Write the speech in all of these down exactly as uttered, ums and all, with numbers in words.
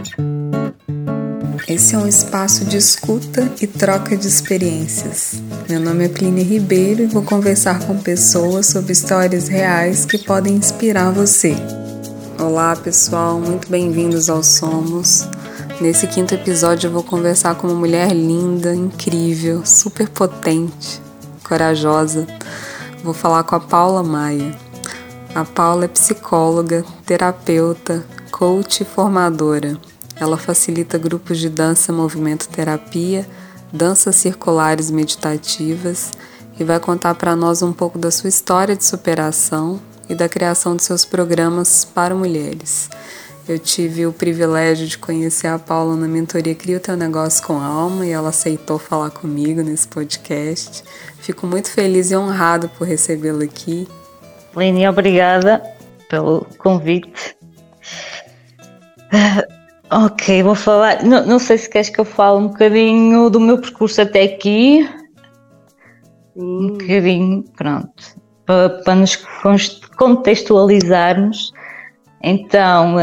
Esse é um espaço de escuta e troca de experiências. Meu nome é Plínia Ribeiro e vou conversar com pessoas sobre histórias reais que podem inspirar você. Olá pessoal, muito bem-vindos ao Somos. Nesse quinto episódio eu vou conversar com uma mulher linda, incrível, super potente, corajosa. Vou falar com a Paula Maia. A Paula é psicóloga, terapeuta, coach e formadora. Ela facilita grupos de dança, movimento terapia, danças circulares meditativas e vai contar para nós um pouco da sua história de superação e da criação de seus programas para mulheres. Eu tive o privilégio de conhecer a Paula na mentoria Cria o Teu Negócio com Alma e ela aceitou falar comigo nesse podcast. Fico muito feliz e honrada por recebê-la aqui. Plínia, obrigada pelo convite. Ok, vou falar, não, não sei se queres que eu fale um bocadinho do meu percurso até aqui, hum. um bocadinho, pronto, para, para nos contextualizarmos. Então,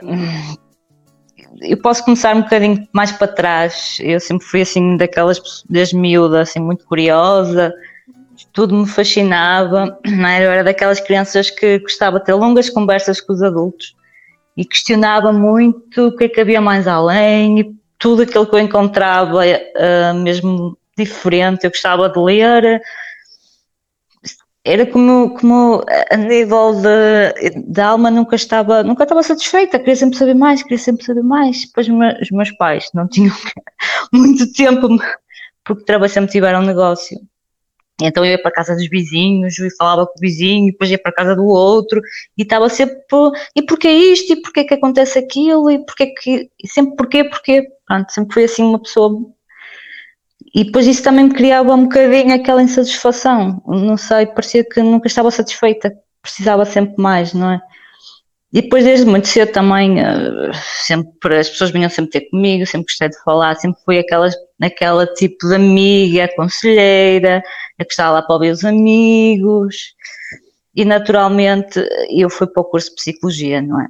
eu posso começar um bocadinho mais para trás. Eu sempre fui assim daquelas, desde miúda, assim muito curiosa, tudo me fascinava, não é? Eu era daquelas crianças que gostava de ter longas conversas com os adultos. E questionava muito o que é que havia mais além, e tudo aquilo que eu encontrava uh, mesmo diferente, eu gostava de ler. Era como, como a nível de, de alma nunca estava, nunca estava satisfeita, queria sempre saber mais, queria sempre saber mais. Depois os meus pais não tinham muito tempo, porque também sempre tiveram negócio. Então eu ia para a casa dos vizinhos e falava com o vizinho, e depois ia para a casa do outro e estava sempre, e porquê isto, e porquê que acontece aquilo, e porquê que, e sempre porquê, porquê, pronto, sempre fui assim uma pessoa, e depois isso também me criava um bocadinho aquela insatisfação, não sei, parecia que nunca estava satisfeita, precisava sempre mais, não é? E depois desde muito cedo também, sempre, as pessoas vinham sempre ter comigo, sempre gostei de falar, sempre fui aquela, aquela tipo de amiga, conselheira, eu gostava lá para ouvir os amigos, e naturalmente eu fui para o curso de Psicologia, não é?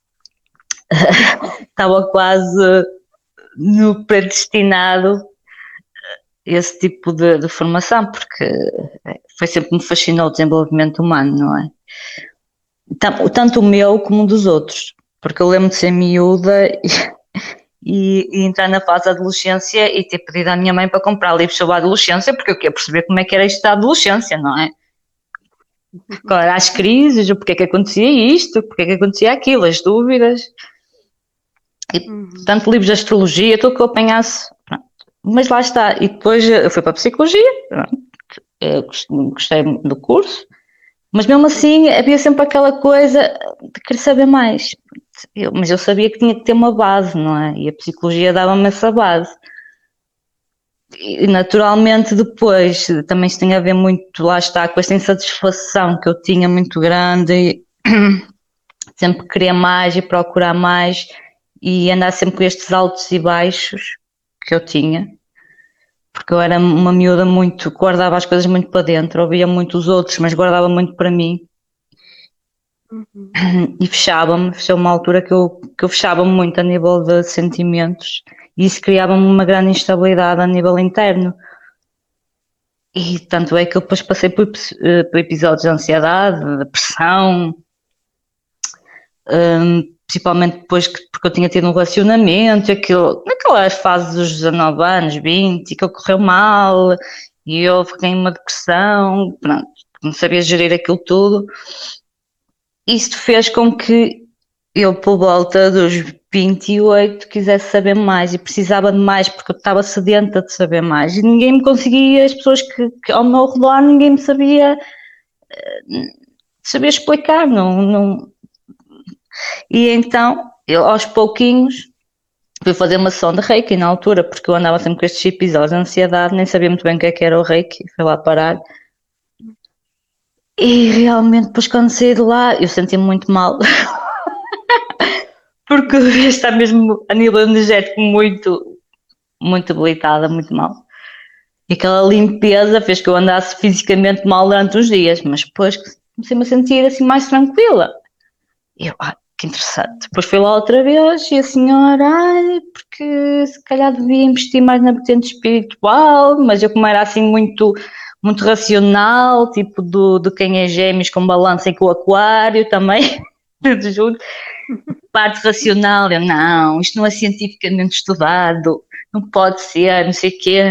Estava quase no predestinado esse tipo de, de formação, porque foi sempre me fascinou o desenvolvimento humano, não é? Tanto o meu como o dos outros, porque eu lembro de ser miúda e, e, e entrar na fase da adolescência e ter pedido à minha mãe para comprar livros sobre a adolescência, porque eu queria perceber como é que era isto da adolescência, não é? Qual eram as crises, porque é que acontecia isto, porque é que acontecia aquilo, as dúvidas, e uhum. tanto livros de astrologia, tudo que eu apanhasse, pronto. Mas lá está, e depois eu fui para a Psicologia, pronto. Eu gostei do curso. Mas mesmo assim havia sempre aquela coisa de querer saber mais. Eu, mas eu sabia que tinha que ter uma base, não é? E a psicologia dava-me essa base. E naturalmente depois também isso tem a ver muito, lá está, com esta insatisfação que eu tinha muito grande. E sempre querer mais e procurar mais e andar sempre com estes altos e baixos que eu tinha. Porque eu era uma miúda muito, guardava as coisas muito para dentro, ouvia muito os outros, mas guardava muito para mim. Uhum. E fechava-me, fechou uma altura que eu, que eu fechava-me muito a nível de sentimentos e isso criava-me uma grande instabilidade a nível interno. E tanto é que eu depois passei por, por episódios de ansiedade, de depressão, um, principalmente depois que porque eu tinha tido um relacionamento, aquilo, naquelas fases dos dezanove anos, vinte, que correu mal, e eu fiquei em uma depressão, pronto, não sabia gerir aquilo tudo. Isto fez com que eu, por volta dos vinte e oito, quisesse saber mais, e precisava de mais, porque eu estava sedenta de saber mais, e ninguém me conseguia, as pessoas que, que ao meu redor, ninguém me sabia, sabia explicar, não... não. E então, eu aos pouquinhos fui fazer uma sessão de Reiki na altura, porque eu andava sempre com estes episódios de ansiedade, nem sabia muito bem o que é que era o Reiki, fui lá parar. E realmente, depois quando saí de lá, eu senti-me muito mal, porque eu devia estar mesmo a nível energético muito, muito debilitada, muito mal. E aquela limpeza fez que eu andasse fisicamente mal durante uns dias, mas depois comecei-me a sentir assim mais tranquila. Eu, ah, que interessante. Depois fui lá outra vez e a senhora, ai, porque se calhar devia investir mais na vertente espiritual, mas eu como era assim muito, muito racional, tipo do, de quem é Gêmeos com balança e com o Aquário também, tudo junto, parte racional, eu não, isto não é cientificamente estudado, não pode ser, não sei o quê.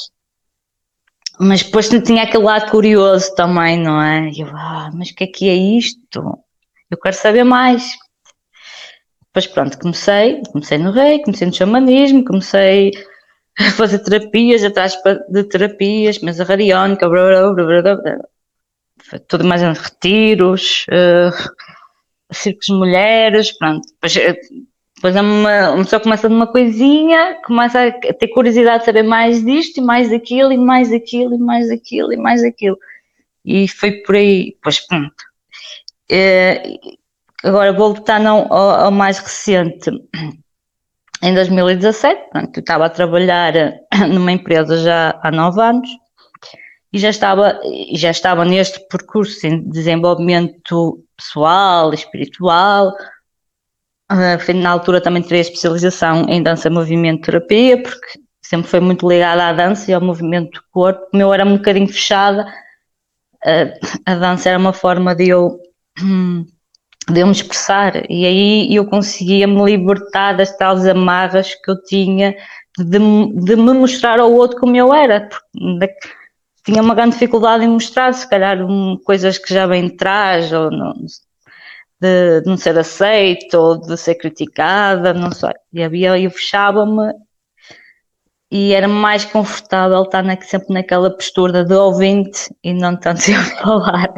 Mas depois tinha aquele lado curioso também, não é? E eu, ah, mas o que é que é isto? Eu quero saber mais. Depois pronto, comecei, comecei no reiki, comecei no xamanismo, comecei a fazer terapias, atrás de terapias, mesa radiónica, blá, blá, blá, blá, blá. Tudo mais em retiros, uh, círculos de mulheres, pronto. Depois, depois uma, uma pessoa começa de uma coisinha, começa a ter curiosidade de saber mais disto e mais daquilo, e mais daquilo, e mais daquilo, e mais daquilo. E foi por aí, pois pronto. Uh, agora vou voltar ao, ao mais recente. Em dois mil e dezassete, portanto, eu estava a trabalhar numa empresa já há nove anos e já estava, já estava neste percurso de desenvolvimento pessoal, espiritual. Na altura também tirei a especialização em dança, movimento, terapia, porque sempre foi muito ligada à dança e ao movimento do corpo. O meu era um bocadinho fechada, a, a dança era uma forma de eu... de eu me expressar, e aí eu conseguia me libertar das tais amarras que eu tinha de, de me mostrar ao outro como eu era, porque tinha uma grande dificuldade em mostrar, se calhar um, coisas que já vêm de trás, ou não, de, de não ser aceito, ou de ser criticada, não sei, e havia, eu fechava-me e era mais confortável estar na, sempre naquela postura de ouvinte e não tanto eu falar.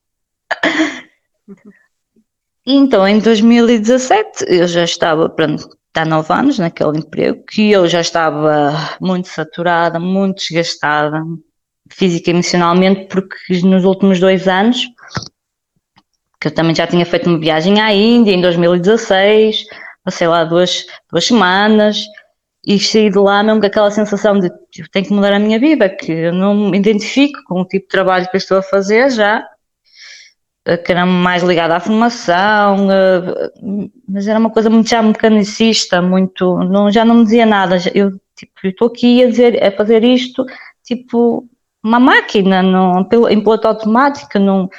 Então, em dois mil e dezassete, eu já estava, pronto, há nove anos naquele emprego, que eu já estava muito saturada, muito desgastada, física e emocionalmente, porque nos últimos dois anos, que eu também já tinha feito uma viagem à Índia em dois mil e dezasseis, passei lá duas, duas semanas, e saí de lá mesmo com aquela sensação de eu tenho que mudar a minha vida, que eu não me identifico com o tipo de trabalho que eu estou a fazer já, que era mais ligada à formação, mas era uma coisa muito já mecanicista, muito, não, já não me dizia nada. Eu tipo, estou aqui a, dizer, a fazer isto, tipo, uma máquina, não, em piloto automático, não,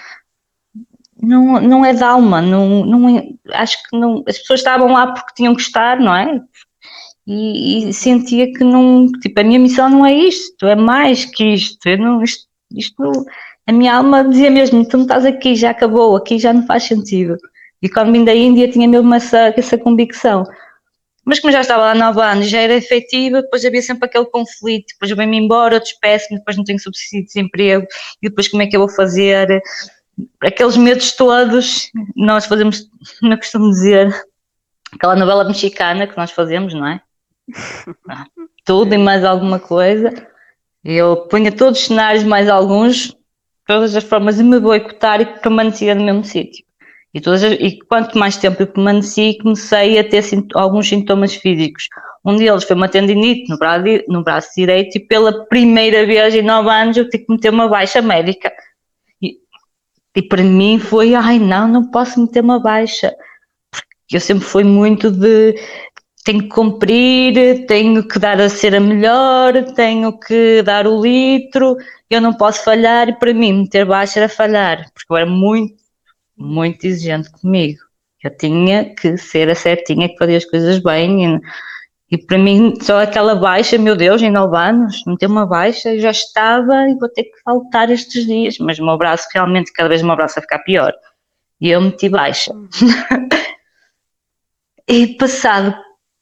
não, não é de alma, não, não, acho que não, as pessoas estavam lá porque tinham que estar, não é? E, e sentia que não, tipo, a minha missão não é isto, é mais que isto, eu não, isto, isto a minha alma dizia mesmo, tu não estás aqui, já acabou, aqui já não faz sentido. E quando vim da Índia tinha mesmo essa, essa convicção. Mas como já estava lá há nove anos, já era efetiva, depois havia sempre aquele conflito, depois eu venho-me embora, eu despeço-me, depois não tenho subsídio de desemprego, e depois como é que eu vou fazer? Aqueles medos todos, nós fazemos, não costumo dizer, aquela novela mexicana que nós fazemos, não é? Tudo e mais alguma coisa. Eu punha todos os cenários, mais alguns, todas as formas de me boicotar e permanecia no mesmo sítio. E, todas as, e quanto mais tempo eu permaneci, comecei a ter sint- alguns sintomas físicos. Um deles foi uma tendinite no braço, no braço direito e pela primeira vez em nove anos eu tive que meter uma baixa médica. E, e para mim foi, ai não, não posso meter uma baixa. Porque eu sempre fui muito de... tenho que cumprir, tenho que dar a ser a melhor, tenho que dar o litro, eu não posso falhar, e para mim meter baixa era falhar, porque eu era muito, muito exigente comigo. Eu tinha que ser a certinha, que fazia as coisas bem, e, e para mim só aquela baixa, meu Deus, em nove anos, meter uma baixa, eu já estava e vou ter que faltar estes dias, mas o meu braço realmente, cada vez o meu braço a ficar pior, e eu meti baixa. E passado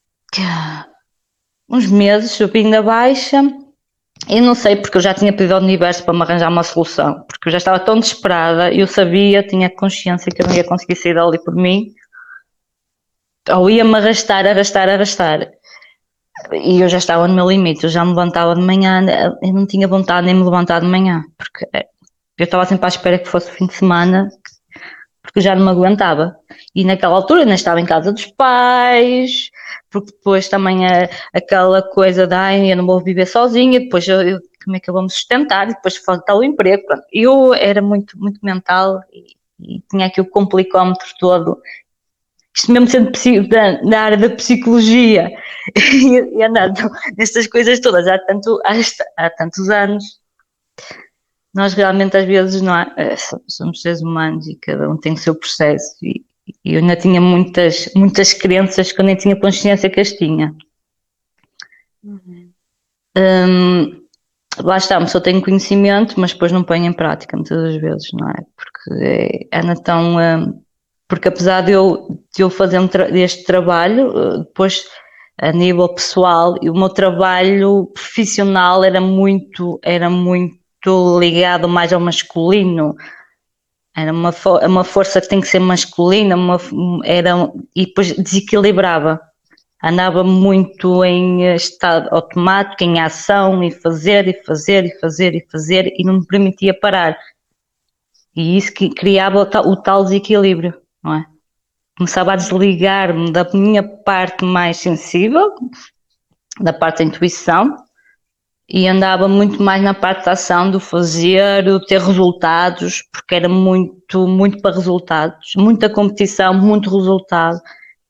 uns meses eu vim da baixa e não sei, porque eu já tinha pedido ao universo para me arranjar uma solução, porque eu já estava tão desesperada, eu sabia, tinha consciência que eu não ia conseguir sair dali por mim, ou ia-me arrastar, arrastar, arrastar, e eu já estava no meu limite, eu já me levantava de manhã, eu não tinha vontade nem me levantar de manhã, porque eu estava sempre à espera que fosse o fim de semana, porque eu já não me aguentava, e naquela altura ainda estava em casa dos pais, porque depois também a, aquela coisa da ai, eu não vou viver sozinha, depois eu, eu, como é que eu vou me sustentar, e depois falta o emprego. Pronto. Eu era muito, muito mental e, e tinha aqui o complicómetro todo isto mesmo sendo da, da área da psicologia e, e andando nestas coisas todas há, tanto, há, há tantos anos, nós realmente às vezes não é, somos seres humanos e cada um tem o seu processo e, e eu ainda tinha muitas, muitas crenças que eu nem tinha consciência que as tinha. Uhum. Hum, lá está, só tenho conhecimento, mas depois não ponho em prática muitas das vezes, não é? Porque é, é tão... Hum, porque apesar de eu, de eu fazer um tra- este trabalho, depois a nível pessoal, e o meu trabalho profissional era muito, era muito ligado mais ao masculino, era uma, fo- uma força que tem que ser masculina, uma, era, e depois desequilibrava. Andava muito em estado automático, em ação, e fazer, e fazer, e fazer, e fazer, e não me permitia parar. E isso que criava o tal, o tal desequilíbrio, não é? Começava a desligar-me da minha parte mais sensível, da parte da intuição, e andava muito mais na parte da ação, do fazer, do ter resultados, porque era muito, muito para resultados, muita competição, muito resultado.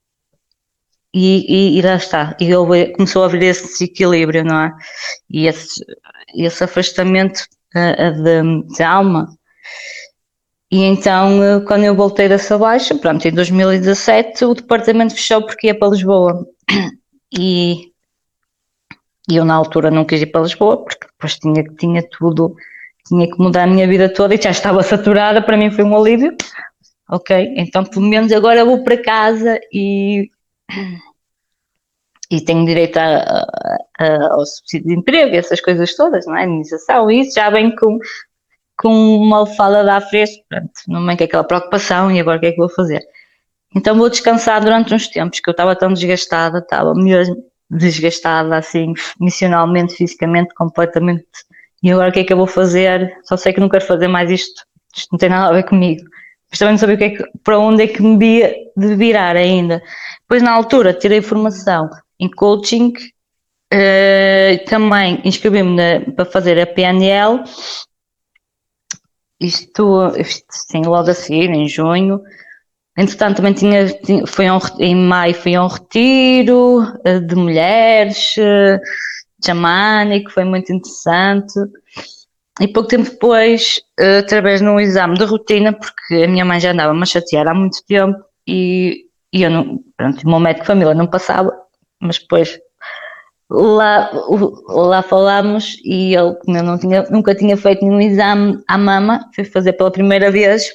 E, e, e lá está, e ele começou a haver esse desequilíbrio, não é? E esse, esse afastamento uh, de, de alma. E então, uh, quando eu voltei dessa baixa, pronto, em dois mil e dezassete, o departamento fechou porque ia para Lisboa. E, e eu, na altura, não quis ir para Lisboa, porque depois tinha, tinha tudo, tinha que mudar a minha vida toda e já estava saturada, para mim foi um alívio. Ok, então pelo menos agora eu vou para casa e e tenho direito a, a, a, ao subsídio de emprego, essas coisas todas, não é? A indenização, isso já vem com, com uma alfada à frente, pronto, não vem com aquela preocupação e agora o que é que vou fazer? Então vou descansar durante uns tempos, que eu estava tão desgastada, estava mesmo desgastada, assim, emocionalmente, fisicamente, completamente, e agora o que é que eu vou fazer? Só sei que não quero fazer mais isto, isto não tem nada a ver comigo. Mas também não sabia o que é que, para onde é que me via de virar ainda. Depois, na altura, tirei formação em coaching, uh, também inscrevi-me para fazer a P N L, isto, sim, logo a seguir, em junho. Entretanto, também tinha, tinha foi um, em maio fui a um retiro uh, de mulheres, uh, xamânico, foi muito interessante. E pouco tempo depois, uh, através de um exame de rotina, porque a minha mãe já andava-me a chatear há muito tempo e, e eu não, pronto, o meu médico de família não passava, mas depois lá, lá falámos e ele, como eu não tinha, nunca tinha feito nenhum exame à mama, fui fazer pela primeira vez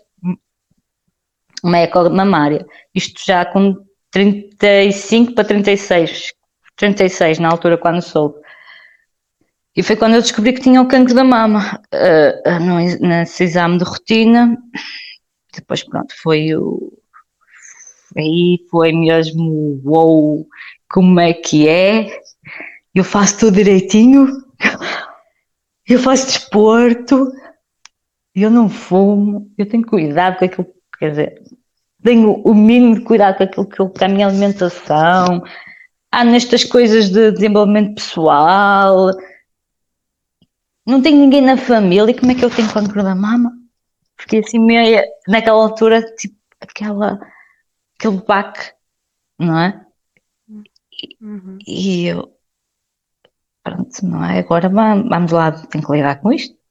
uma eco mamária. Isto já com trinta e cinco para trinta e seis, trinta e seis na altura quando soube. E foi quando eu descobri que tinha o cancro da mama, uh, no, nesse exame de rotina. Depois, pronto, foi o. Aí foi mesmo, uou, como é que é? Eu faço tudo direitinho, eu faço desporto, eu não fumo, eu tenho cuidado com aquilo, quer dizer, tenho o mínimo de cuidado com aquilo que eu, com a minha alimentação, há nestas coisas de desenvolvimento pessoal. Não tenho ninguém na família, como é que eu tenho cancro da mama? Porque assim, meia, naquela altura, tipo, aquela, aquele baque, não é? Uhum. E eu, pronto, não é? Agora vamos lá, tenho que lidar com isto.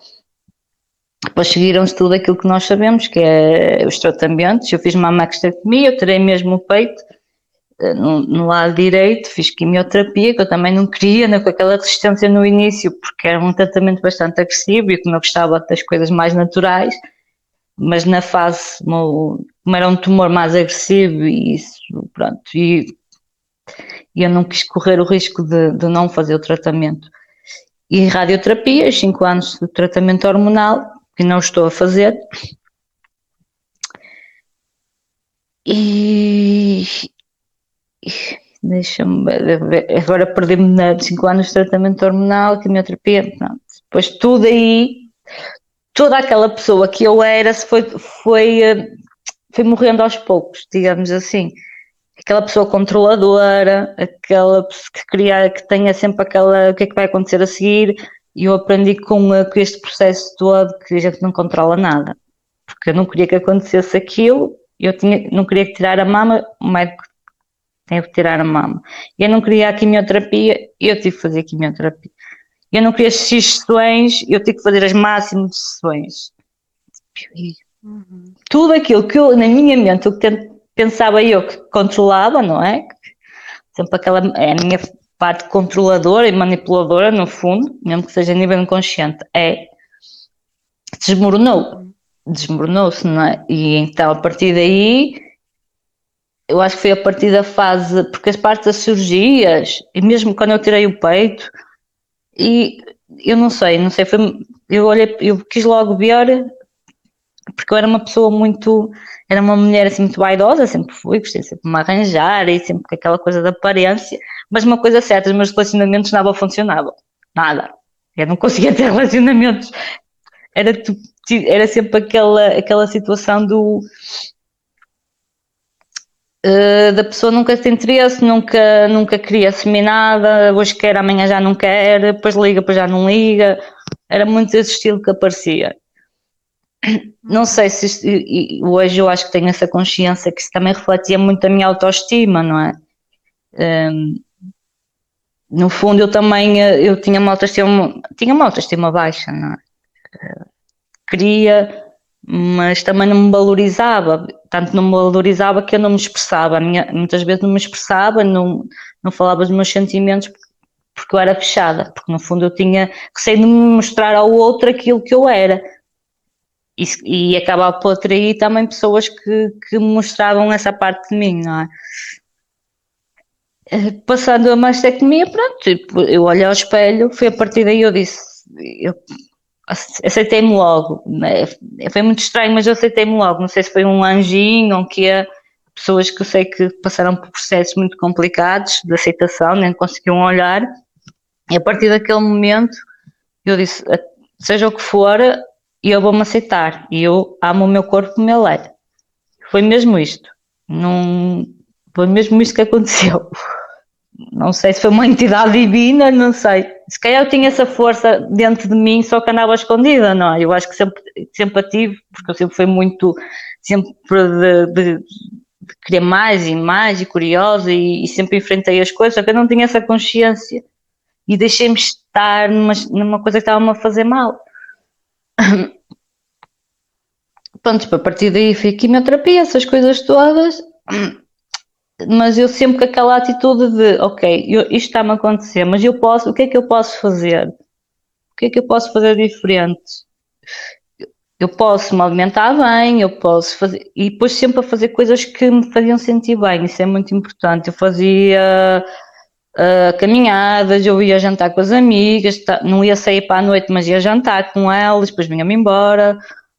Depois seguiram-se tudo aquilo que nós sabemos, que é os tratamentos. Eu fiz uma mastectomia, eu terei mesmo o peito, no, no lado direito, fiz quimioterapia, que eu também não queria, né, com aquela resistência no início, porque era um tratamento bastante agressivo e como eu gostava das coisas mais naturais, mas na fase, como era um tumor mais agressivo e isso, pronto, e, e eu não quis correr o risco de, de não fazer o tratamento. E radioterapia, cinco anos de tratamento hormonal, que não estou a fazer. E, deixa-me ver, agora perdi-me nos cinco anos de tratamento hormonal, quimioterapia, pronto. Depois tudo aí, toda aquela pessoa que eu era foi, foi, foi morrendo aos poucos, digamos assim. Aquela pessoa controladora, aquela que queria que tenha sempre aquela, o que é que vai acontecer a seguir, e eu aprendi com, com este processo todo que a gente não controla nada, porque eu não queria que acontecesse aquilo, eu tinha, não queria tirar a mama, o médico tem que tirar a mama. Eu não queria a quimioterapia, eu tive que fazer a quimioterapia. Eu não queria X sessões, eu tive que fazer as máximas sessões. Uhum. Tudo aquilo que eu, na minha mente, o que pensava eu que controlava, não é? Sempre aquela, é a minha parte controladora e manipuladora, no fundo, mesmo que seja a nível inconsciente, é, desmoronou. Desmoronou-se, não é? E então, a partir daí, eu acho que foi a partir da fase, porque as partes das cirurgias, e mesmo quando eu tirei o peito, e eu não sei, não sei, foi, eu olhei, eu quis logo ver, porque eu era uma pessoa muito, era uma mulher assim muito vaidosa, sempre fui, gostei sempre de me arranjar e sempre com aquela coisa da aparência, mas uma coisa certa, os meus relacionamentos nada funcionavam, nada, eu não conseguia ter relacionamentos, era, era sempre aquela, aquela situação do uh, da pessoa nunca tem interesse, nunca, nunca queria assumir nada, hoje quer, amanhã já não quer, depois liga, depois já não liga, era muito esse estilo que aparecia. Não sei se isto, e, e, hoje eu acho que tenho essa consciência que isso também refletia muito a minha autoestima, não é? Um, no fundo eu também eu tinha uma autoestima, tinha uma autoestima baixa, não é? Queria, mas também não me valorizava, tanto não me valorizava que eu não me expressava, a minha, muitas vezes não me expressava, não, não falava dos meus sentimentos porque eu era fechada, porque no fundo eu tinha receio de me mostrar ao outro aquilo que eu era. E, e acabava por atrair também pessoas que, que mostravam essa parte de mim, não é? Passando a mastectomia, pronto, tipo, eu olhei ao espelho, foi a partir daí eu disse, eu aceitei-me logo, né? Foi muito estranho, mas eu aceitei-me logo, não sei se foi um anjinho ou que é, pessoas que eu sei que passaram por processos muito complicados de aceitação, nem conseguiam olhar, e a partir daquele momento eu disse, seja o que for, e eu vou-me aceitar, e eu amo o meu corpo como ele é. Foi mesmo isto. Não, foi mesmo isto que aconteceu. Não sei se foi uma entidade divina, não sei. Se calhar eu tinha essa força dentro de mim, só que andava escondida, não é? Eu acho que sempre, sempre a tive, porque eu sempre fui muito, sempre de, de, de querer mais e mais, e curiosa, e, e sempre enfrentei as coisas, só que eu não tinha essa consciência. E deixei-me estar numa, numa coisa que estava-me a fazer mal. Pronto, a partir daí foi quimioterapia, essas coisas todas, mas eu sempre com aquela atitude de, ok, eu, isto está-me a acontecer, mas eu posso, o que é que eu posso fazer? O que é que eu posso fazer diferente? Eu posso me alimentar bem, eu posso fazer, e depois sempre a fazer coisas que me faziam sentir bem, isso é muito importante. Eu fazia uh, caminhadas, eu ia jantar com as amigas, não ia sair para a noite, mas ia jantar com elas, depois vinha-me embora.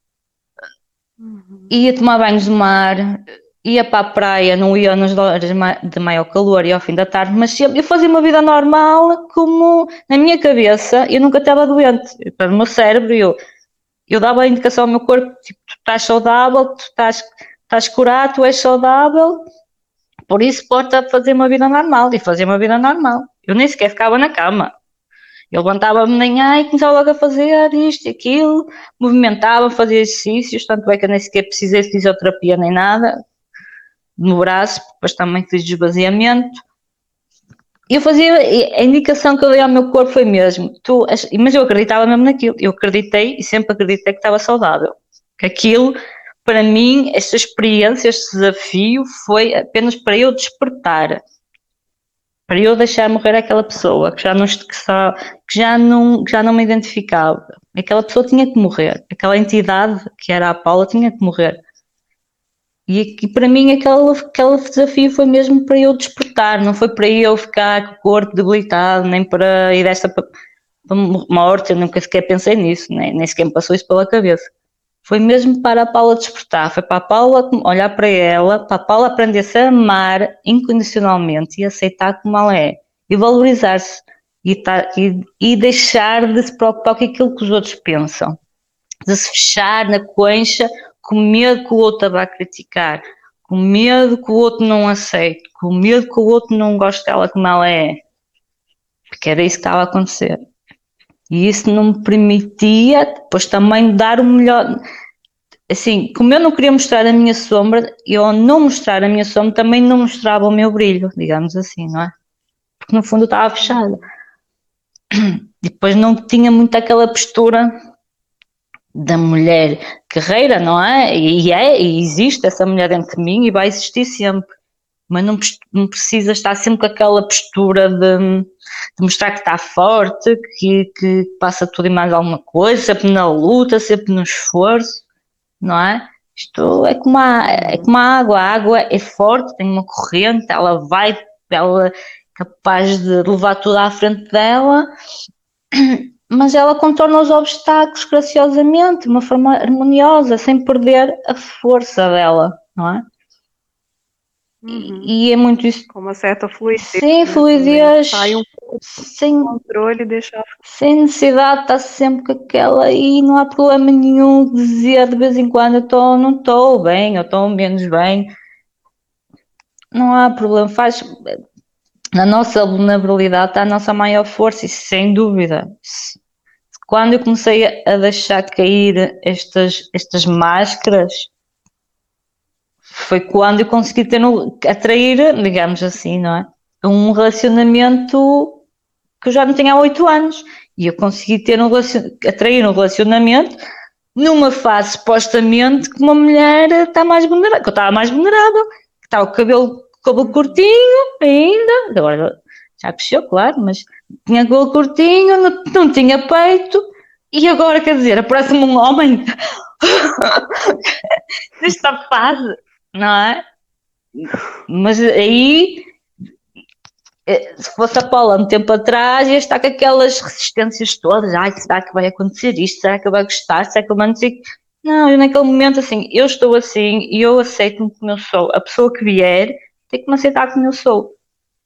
Uhum. Ia tomar banhos de mar, ia para a praia, não ia nas horas de maior calor e ao fim da tarde, mas sempre, eu fazia uma vida normal, como na minha cabeça, eu nunca estava doente. Para o meu cérebro, eu, eu dava a indicação ao meu corpo, tipo, tu estás saudável, tu estás, estás curado, tu és saudável, por isso pode fazer uma vida normal, e fazer uma vida normal. Eu nem sequer ficava na cama. Eu levantava-me de manhã e começava logo a fazer isto e aquilo, movimentava, fazia exercícios, tanto é que eu nem sequer precisei de fisioterapia nem nada, no braço, depois também fiz esvaziamento. Eu fazia, a indicação que eu dei ao meu corpo foi mesmo, tu, mas eu acreditava mesmo naquilo, eu acreditei e sempre acreditei que estava saudável, que aquilo, para mim, esta experiência, este desafio foi apenas para eu despertar, para eu deixar morrer aquela pessoa que já não, que só, que já não, que já não me identificava. Aquela pessoa tinha que morrer. Aquela entidade que era a Paula tinha que morrer. E, e para mim aquele, aquele desafio foi mesmo para eu despertar, não foi para eu ficar com o corpo debilitado, nem para ir desta para morte, eu nunca sequer pensei nisso, nem, nem sequer me passou isso pela cabeça. Foi mesmo para a Paula despertar, foi para a Paula olhar para ela, para a Paula aprender-se a amar incondicionalmente e aceitar como ela é, e valorizar-se, e, tar, e, e deixar de se preocupar com aquilo que os outros pensam, de se fechar na concha com medo que o outro a vá criticar, com medo que o outro não aceite, com medo que o outro não goste dela como ela é, porque era isso que estava a acontecer. E isso não me permitia depois também dar o melhor, assim, como eu não queria mostrar a minha sombra, eu ao não mostrar a minha sombra também não mostrava o meu brilho, digamos assim, não é? Porque no fundo eu estava fechada. E depois não tinha muito aquela postura da mulher guerreira, não é? E é, e existe essa mulher dentro de mim e vai existir sempre. Mas não, não precisa estar sempre com aquela postura de, de mostrar que está forte, que, que passa tudo e mais alguma coisa, sempre na luta, sempre no esforço, não é? Isto é como a, é como a água. A água é forte, tem uma corrente, ela vai, ela é capaz de levar tudo à frente dela, mas ela contorna os obstáculos graciosamente, de uma forma harmoniosa, sem perder a força dela, não é? Uhum. E é muito isso. Com uma certa fluidez. Sim, né? fluidez. Sai um pouco sem do controle e deixar. Sem necessidade de estar sempre com aquela e não há problema nenhum de dizer de vez em quando eu estou, não estou bem, ou estou menos bem. Não há problema. Faz. Na nossa vulnerabilidade está a nossa maior força, isso sem dúvida. Quando eu comecei a deixar cair estas, estas máscaras, foi quando eu consegui ter um, atrair, digamos assim, não é? Um relacionamento que eu já não tinha há oito anos. E eu consegui ter um atrair um relacionamento numa fase supostamente que uma mulher está mais vulnerável, que eu estava mais vulnerável, que estava com o cabelo, cabelo curtinho ainda, agora já cresceu, claro, mas tinha cabelo curtinho, não, não tinha peito, e agora, quer dizer, aparece-me um homem nesta fase, não é? Mas aí, se fosse a Paula um tempo atrás, ia estar com aquelas resistências todas. Ai, será que vai acontecer isto? Será que vai gostar? Será que eu não sei? Não, eu naquele momento, assim, eu estou assim e eu aceito-me como eu sou. A pessoa que vier tem que me aceitar como eu sou.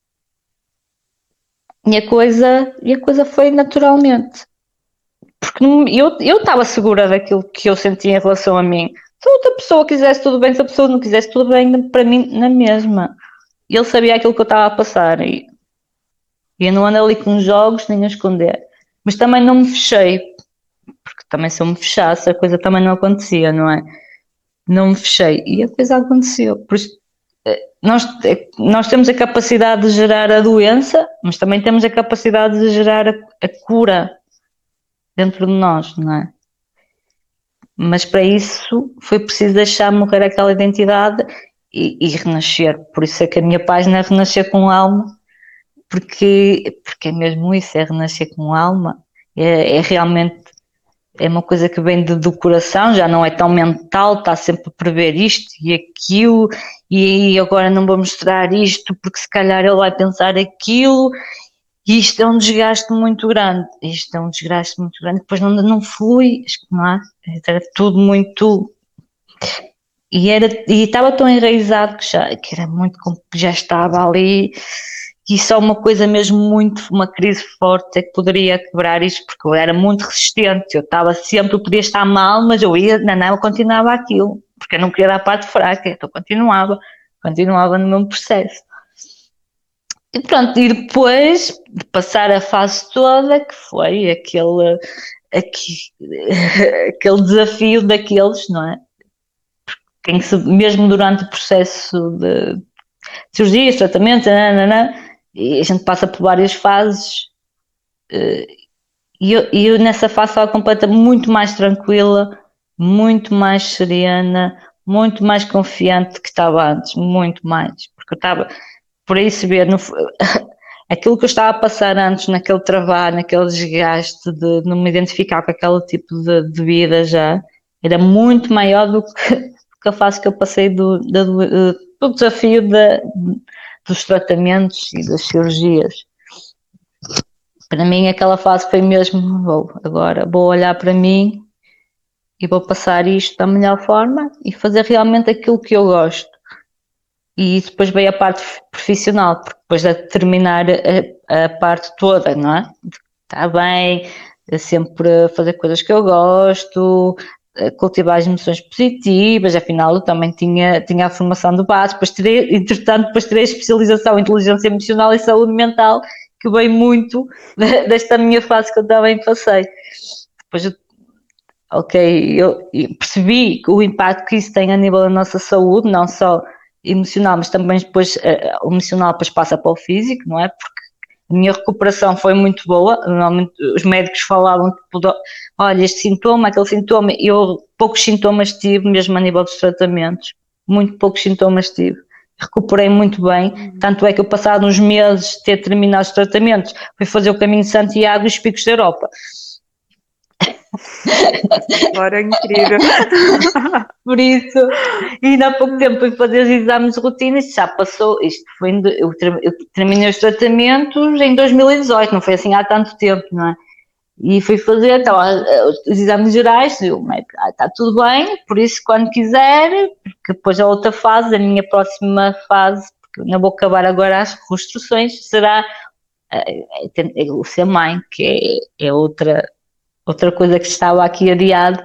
E a coisa, e a coisa foi naturalmente. Porque eu eu estava segura daquilo que eu sentia em relação a mim. Se outra pessoa quisesse tudo bem, se a pessoa não quisesse tudo bem, para mim, na mesma. E ele sabia aquilo que eu estava a passar. E eu não ando ali com jogos nem a esconder. Mas também não me fechei. Porque também se eu me fechasse, a coisa também não acontecia, não é? Não me fechei. E a coisa aconteceu. Por isso, nós, nós temos a capacidade de gerar a doença, mas também temos a capacidade de gerar a, a cura dentro de nós, não é? Mas para isso foi preciso deixar morrer aquela identidade e, e renascer. Por isso é que a minha página é Renascer com Alma, porque, porque é mesmo isso, é renascer com alma, é, é realmente é uma coisa que vem de, do coração, já não é tão mental, está sempre a prever isto e aquilo, e agora não vou mostrar isto porque se calhar ele vai pensar aquilo, e isto é um desgaste muito grande, isto é um desgaste muito grande, depois não, não flui, não é? Era tudo muito... E, era, e estava tão enraizado que já, que era muito, que já estava ali... E só uma coisa mesmo muito, uma crise forte é que poderia quebrar isto, porque eu era muito resistente, eu estava sempre, eu podia estar mal, mas eu ia, não, não, eu continuava aquilo, porque eu não queria dar a parte fraca, então continuava, continuava no meu processo. E pronto, e depois de passar a fase toda, que foi aquele, aquele, aquele desafio daqueles, não é? Quem se, mesmo durante o processo de cirurgias, tratamentos, nananana, e a gente passa por várias fases e eu, eu nessa fase estava completamente muito mais tranquila, muito mais serena, muito mais confiante que estava antes, muito mais, porque eu estava por aí se ver no, aquilo que eu estava a passar antes naquele trabalho, naquele desgaste de não me identificar com aquele tipo de, de vida já, era muito maior do que, do que a fase que eu passei do, do, do desafio de, dos tratamentos e das cirurgias. Para mim aquela fase foi mesmo, vou, agora vou olhar para mim e vou passar isto da melhor forma e fazer realmente aquilo que eu gosto. E depois veio a parte profissional, porque depois de terminar a, a parte toda, não é? Está bem, sempre fazer coisas que eu gosto, cultivar as emoções positivas, afinal eu também tinha, tinha a formação do base, depois terei, entretanto depois terei a especialização em inteligência emocional e saúde mental, que veio muito desta minha fase que eu também passei. Depois eu ok, eu percebi o impacto que isso tem a nível da nossa saúde, não só emocional, mas também depois uh, o emocional depois passa para o físico, não é? Porque a minha recuperação foi muito boa. Normalmente os médicos falavam, tipo, de, olha, este sintoma, aquele sintoma, eu poucos sintomas tive, mesmo a nível dos tratamentos, muito poucos sintomas tive. Recuperei muito bem, tanto é que eu, passado uns meses de ter terminado os tratamentos, fui fazer o caminho de Santiago e os picos da Europa. Agora é incrível. Por isso, e ainda há pouco tempo fui fazer os exames de rotina, isto já passou, isto foi, eu, eu terminei os tratamentos em dois mil e dezoito, não foi assim há tanto tempo, não é? E fui fazer então, os exames gerais, o médico, ah, está tudo bem, por isso quando quiser, porque depois a outra fase, a minha próxima fase, porque não vou acabar agora as reconstruções, será é, é, o ser mãe, que é, é outra, outra coisa que estava aqui adiado.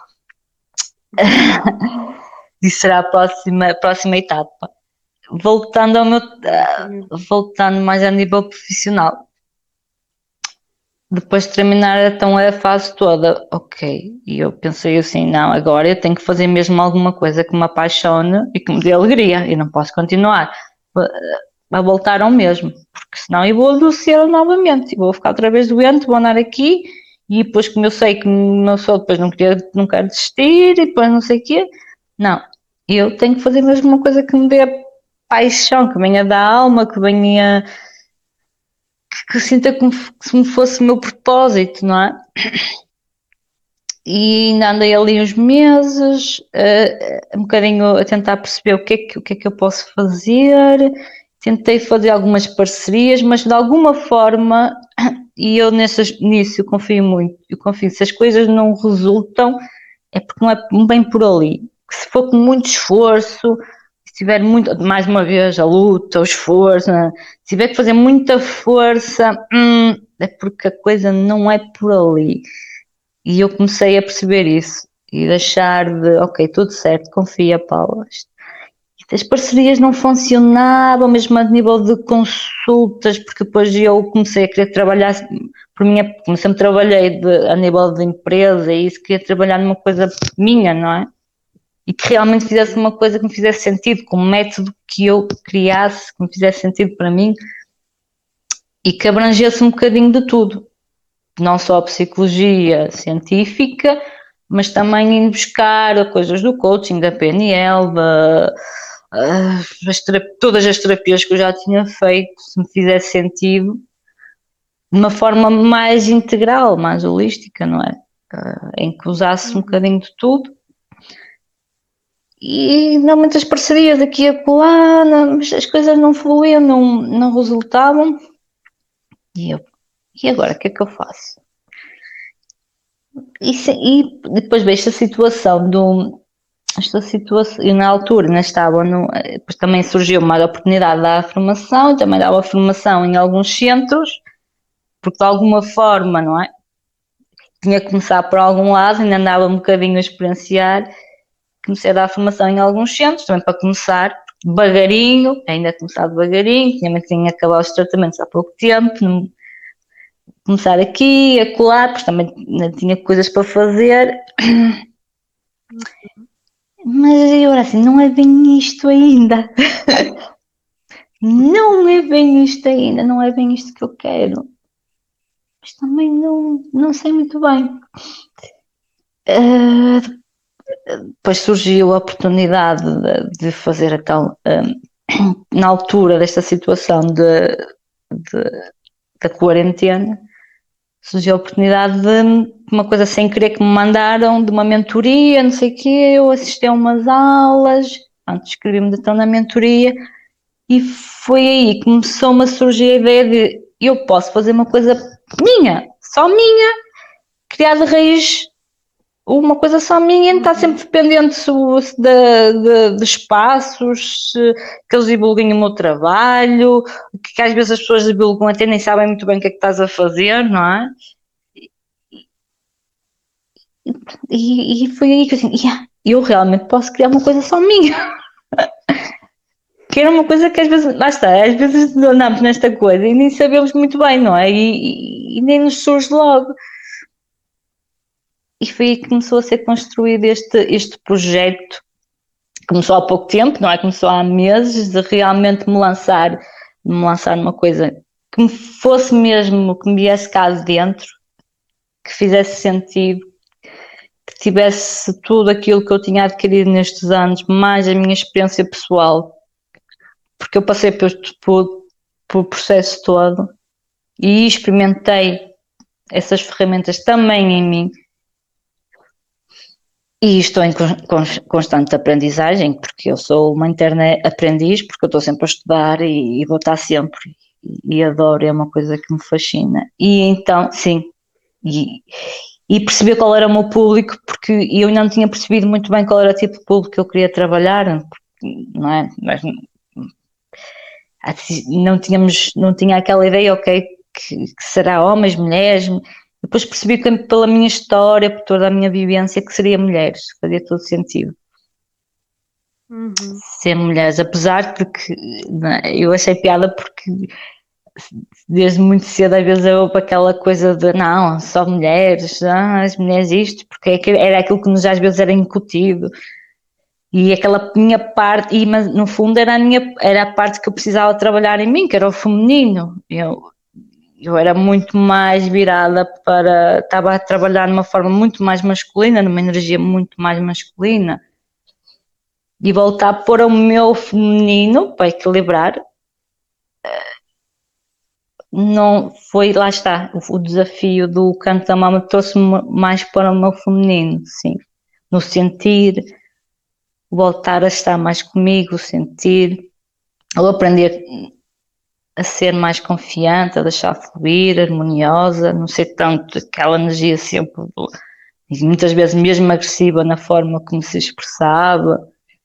E será a próxima, a próxima etapa. Voltando ao meu, voltando mais a nível profissional. Depois de terminar então a fase toda, ok, e eu pensei assim, não, agora eu tenho que fazer mesmo alguma coisa que me apaixone e que me dê alegria, e não posso continuar a voltar ao mesmo, porque senão eu vou adoecer novamente, e vou ficar outra vez doente, vou andar aqui, e depois como eu sei que não sou, depois não, queria, não quero desistir, e depois não sei o quê, não, eu tenho que fazer mesmo uma coisa que me dê paixão, que venha da alma, que venha... que eu sinta como se me fosse o meu propósito, não é? E ainda andei ali uns meses, uh, um bocadinho a tentar perceber o que, é que, o que é que eu posso fazer, tentei fazer algumas parcerias, mas de alguma forma, e eu nessas, nisso eu confio muito, eu confio que se as coisas não resultam, é porque não é bem por ali. Que se for com muito esforço, se tiver muito, mais uma vez, a luta, o esforço, né? Se tiver que fazer muita força, hum, é porque a coisa não é por ali. E eu comecei a perceber isso e deixar de, ok, tudo certo, confia, Paula. As parcerias não funcionavam, mesmo a nível de consultas, porque depois eu comecei a querer trabalhar, por minha, como sempre trabalhei de, a nível de empresa, e isso queria trabalhar numa coisa minha, não é? E que realmente fizesse uma coisa que me fizesse sentido, com um método que eu criasse, que me fizesse sentido para mim e que abrangesse um bocadinho de tudo. Não só a psicologia científica, mas também ir buscar coisas do coaching, da P N L, da, as terap- todas as terapias que eu já tinha feito, se me fizesse sentido, de uma forma mais integral, mais holística, não é? Em que usasse um bocadinho de tudo. E normalmente as parcerias aqui e acolá, mas as coisas não fluíam, não, não resultavam. E eu, e agora, o que é que eu faço? E, se, e depois vejo esta situação do. Esta situação, e na altura ainda estava, no, depois também surgiu uma oportunidade de dar formação, e também dava formação em alguns centros, porque de alguma forma, não é? Tinha que começar por algum lado, ainda andava um bocadinho a experienciar. Comecei a dar formação em alguns centros, também para começar devagarinho, ainda começar devagarinho, tinha, tinha acabado os tratamentos há pouco tempo, não, começar aqui, a colar, porque também ainda tinha coisas para fazer. Mas eu era assim, não é bem isto ainda. Não é bem isto ainda, não é bem isto que eu quero. Mas também não, não sei muito bem. Uh, depois surgiu a oportunidade de, de fazer a tal, um, na altura desta situação de, de, da quarentena, surgiu a oportunidade de uma coisa sem querer que me mandaram, de uma mentoria, não sei o quê, eu assisti a umas aulas, inscrevi-me então na mentoria, e foi aí que começou-me a surgir a ideia de eu posso fazer uma coisa minha, só minha, criar de raiz uma coisa só minha, não está sempre dependente de, de, de espaços, que eles divulguem o meu trabalho, que, que às vezes as pessoas divulgam até nem sabem muito bem o que é que estás a fazer, não é? E, e foi aí que eu assim, yeah, eu realmente posso criar uma coisa só minha. Que era uma coisa que às vezes, lá está, às vezes andamos nesta coisa e nem sabemos muito bem, não é? E, e, e nem nos surge logo. e foi aí que começou a ser construído este, este projeto. Começou há pouco tempo, não é? Começou há meses, de realmente me lançar, me lançar numa coisa que me fosse mesmo, que me viesse cá de dentro, que fizesse sentido, que tivesse tudo aquilo que eu tinha adquirido nestes anos, mais a minha experiência pessoal, porque eu passei por, por, por processo todo e experimentei essas ferramentas também em mim. E estou em constante aprendizagem, porque eu sou uma interna aprendiz, porque eu estou sempre a estudar e, e vou estar sempre, e, e adoro, é uma coisa que me fascina. E então, sim, e, e perceber qual era o meu público, porque eu ainda não tinha percebido muito bem qual era o tipo de público que eu queria trabalhar, não é? Mas não tínhamos, não tinha aquela ideia, ok, que, que será homens, mulheres. Depois percebi que pela minha história, por toda a minha vivência, que seria mulheres, fazia todo sentido. Uhum. Ser mulheres, apesar de porque eu achei piada porque desde muito cedo às vezes eu para aquela coisa de não, só mulheres, ah, as mulheres isto, porque era aquilo que nos às vezes era incutido. E aquela minha parte, e, mas no fundo era a, minha, era a parte que eu precisava trabalhar em mim, que era o feminino. Eu, eu era muito mais virada para, estava a trabalhar de uma forma muito mais masculina, numa energia muito mais masculina. E voltar a pôr o meu feminino para equilibrar, não foi, lá está, o, o desafio do canto da mama trouxe-me mais para o meu feminino, sim, no sentir, voltar a estar mais comigo, sentir, ou aprender a ser mais confiante, a deixar fluir, harmoniosa, não ser tanto aquela energia sempre, e muitas vezes mesmo agressiva na forma como se expressava.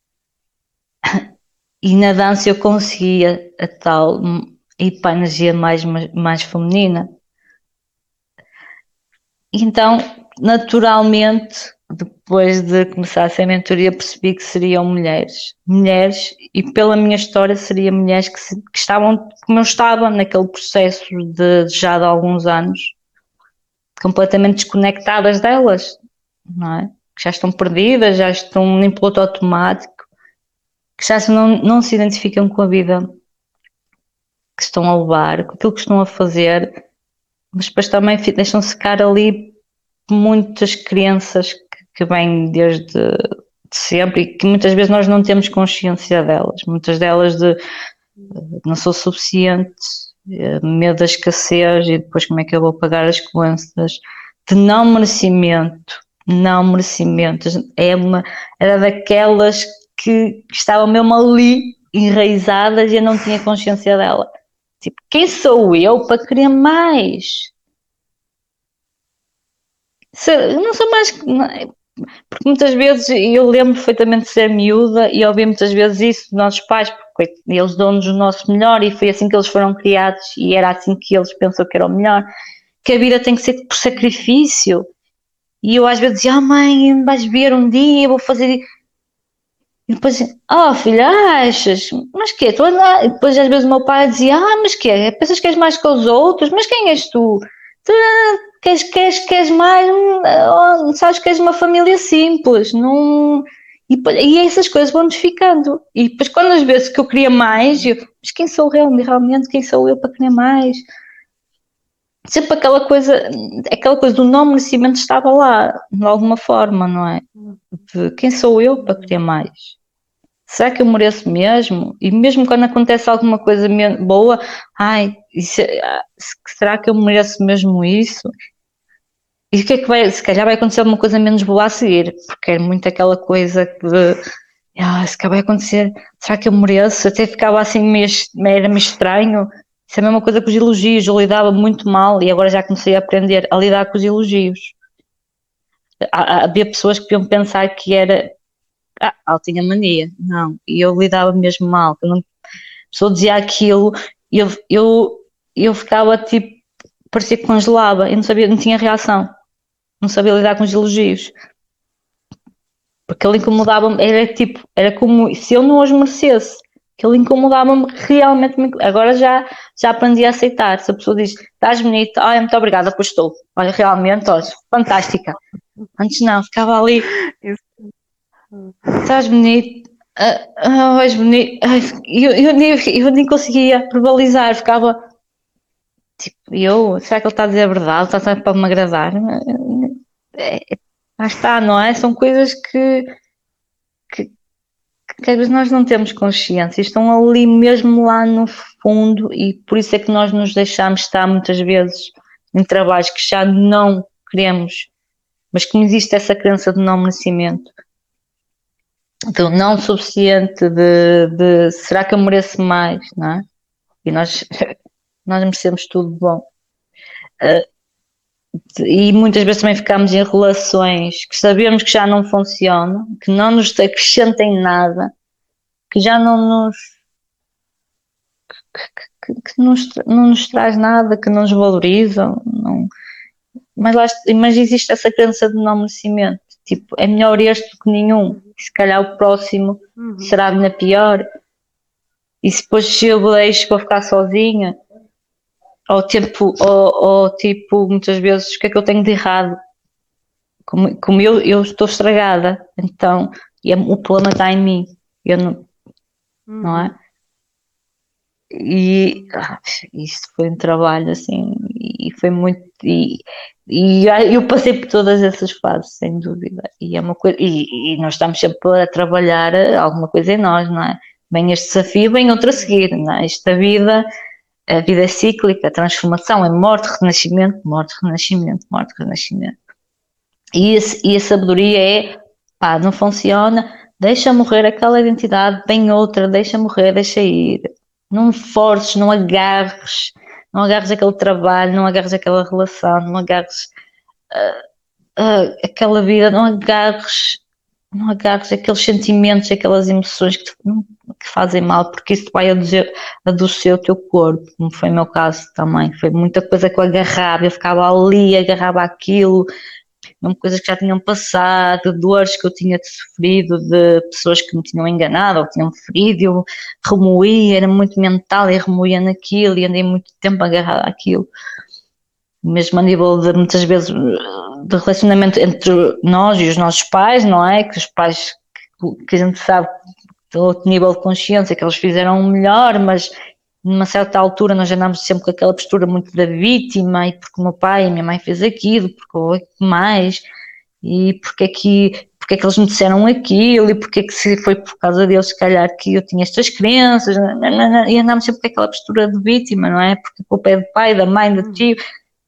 E na dança eu conseguia a tal ir para a energia mais, mais feminina. Então, naturalmente, depois de começar a ser mentoria, percebi que seriam mulheres. Mulheres, e pela minha história, seriam mulheres que, se, que estavam, como eu estava, naquele processo de já de alguns anos, completamente desconectadas delas, não é? Que já estão perdidas, já estão em piloto automático, que já não, não se identificam com a vida que estão a levar, com aquilo que estão a fazer, mas depois também deixam-se ficar ali muitas crenças que, que vêm desde de sempre e que muitas vezes nós não temos consciência delas. Muitas delas de não sou suficiente, medo da escassez e depois como é que eu vou pagar as contas, de não merecimento, não merecimento. É uma, era daquelas que estavam mesmo ali enraizadas e eu não tinha consciência dela. Tipo, quem sou eu para querer mais? Eu não sou mais... Porque muitas vezes, eu lembro perfeitamente de ser miúda e ouvir muitas vezes isso dos nossos pais, porque eles dão-nos o nosso melhor e foi assim que eles foram criados e era assim que eles pensam que era o melhor, que a vida tem que ser por sacrifício. E eu às vezes dizia, ah mãe, vais ver um dia, eu vou fazer... E depois, oh filha, achas? Mas que é? Tu anda... E depois às vezes o meu pai dizia, ah, mas que é? Pensas que és mais que os outros? Mas quem és tu? Tu queres, queres, queres mais? Sabes que és uma família simples. Não... E, e essas coisas vão-nos ficando. E depois quando às vezes que eu queria mais, eu, mas quem sou eu realmente? Quem sou eu para querer mais? Sempre aquela coisa, aquela coisa do não merecimento estava lá, de alguma forma, não é? De quem sou eu para querer mais? Será que eu mereço mesmo? E mesmo quando acontece alguma coisa boa, ai, isso, será que eu mereço mesmo isso? E o que é que vai, se calhar vai acontecer alguma coisa menos boa a seguir, porque é muito aquela coisa de, ah, se calhar vai acontecer, será que eu mereço? Até ficava assim meio, era meio estranho. Isso é a mesma coisa com os elogios, eu lidava muito mal e agora já comecei a aprender a lidar com os elogios. Havia pessoas que iam pensar que era, ah, ela tinha mania, não, e eu lidava mesmo mal, eu não, a pessoa dizia aquilo e eu, eu, eu ficava tipo, parecia que congelava, eu não sabia, não tinha reação, não sabia lidar com os elogios. Porque ele incomodava-me, era tipo, era como se eu não os merecesse. Que ele incomodava-me realmente. Agora já, já aprendi a aceitar. Se a pessoa diz, estás bonita, ai, muito obrigada, pois estou. Olha, realmente, olha, fantástica. Antes não, ficava ali, Isso. estás bonito, ah, ah, és bonito, ai, eu, eu, nem, eu nem conseguia verbalizar, ficava tipo, eu, será que ele está a dizer a verdade? Está só para me agradar? É, é, lá está, não é? São coisas que, que, que às vezes nós não temos consciência, estão ali mesmo lá no fundo e por isso é que nós nos deixamos estar muitas vezes em trabalhos que já não queremos, mas que não existe essa crença de não merecimento, do não suficiente, de, de será que eu mereço mais, não é? E nós, nós merecemos tudo de bom. Uh, e muitas vezes também ficamos em relações que sabemos que já não funcionam, que não nos acrescentem nada, que já não nos que, que nos, não nos traz nada, que não nos valorizam, não, mas, lá, mas existe essa crença de não merecimento, tipo, é melhor este do que nenhum, se calhar o próximo uhum. será ainda pior, e se depois eu deixo para ficar sozinha, ou tipo, ou, ou tipo, muitas vezes, o que é que eu tenho de errado? Como, como eu, eu estou estragada, então, e é, o problema está em mim, eu não, uhum. não é? E ah, isso foi um trabalho assim, e foi muito, e, e eu passei por todas essas fases, sem dúvida, e é uma coisa, e, e nós estamos sempre a trabalhar alguma coisa em nós, não é? Vem este desafio, vem outro a seguir, não é? Esta vida, a vida é cíclica, a transformação é morte, renascimento, morte, renascimento, morte, renascimento. E, esse, e a sabedoria é, pá, não funciona, deixa morrer aquela identidade, vem outra, deixa morrer, deixa ir. Não forces, não agarres, não agarres aquele trabalho, não agarres aquela relação, não agarres uh, uh, aquela vida, não agarres, não agarres aqueles sentimentos, aquelas emoções que, te, que fazem mal, porque isso vai adoecer o teu corpo, como foi o meu caso também. Foi muita coisa que eu agarrava, eu ficava ali, agarrava aquilo, mesmo coisas que já tinham passado, dores que eu tinha sofrido de pessoas que me tinham enganado ou que tinham ferido, eu remoía, era muito mental e remoía naquilo e andei muito tempo agarrada àquilo. Mesmo a nível de, muitas vezes, de relacionamento entre nós e os nossos pais, não é? Que os pais, que, que a gente sabe de outro nível de consciência, que eles fizeram o melhor, mas numa certa altura nós andamos sempre com aquela postura muito da vítima, e porque o meu pai e a minha mãe fez aquilo, porque eu mais, e porque é que, porque é que eles me disseram aquilo, e porque é que se foi por causa deles, se calhar, que eu tinha estas crenças, e andamos sempre com aquela postura de vítima, não é? Porque a culpa é do pai, da mãe, do tio,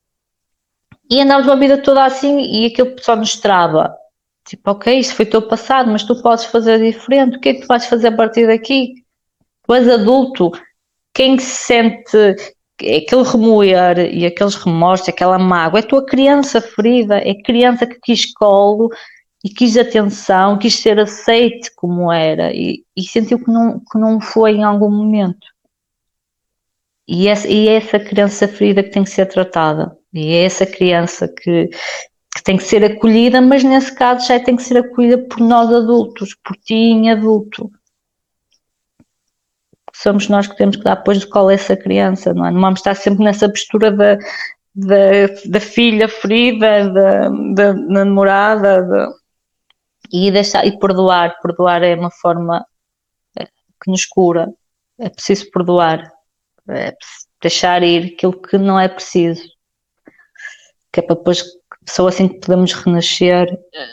e andamos uma vida toda assim, e aquilo só nos trava. Tipo, ok, isso foi teu passado, mas tu podes fazer diferente, o que é que tu vais fazer a partir daqui? Tu és adulto. Quem se sente aquele remoer e aqueles remorsos, aquela mágoa, é a tua criança ferida, é a criança que quis colo e quis atenção, quis ser aceite como era e, e sentiu que não, que não foi em algum momento. E, essa, e é essa criança ferida que tem que ser tratada. E é essa criança que, que tem que ser acolhida, mas nesse caso já tem que ser acolhida por nós adultos, por ti em adulto. Somos nós que temos que dar depois de cola a essa criança, não é? Não vamos estar sempre nessa postura da, da, da filha ferida, da, da, da namorada, da, e deixar e perdoar. Perdoar é uma forma que nos cura. É preciso perdoar, é preciso deixar ir aquilo que não é preciso, que é para depois só assim que podemos renascer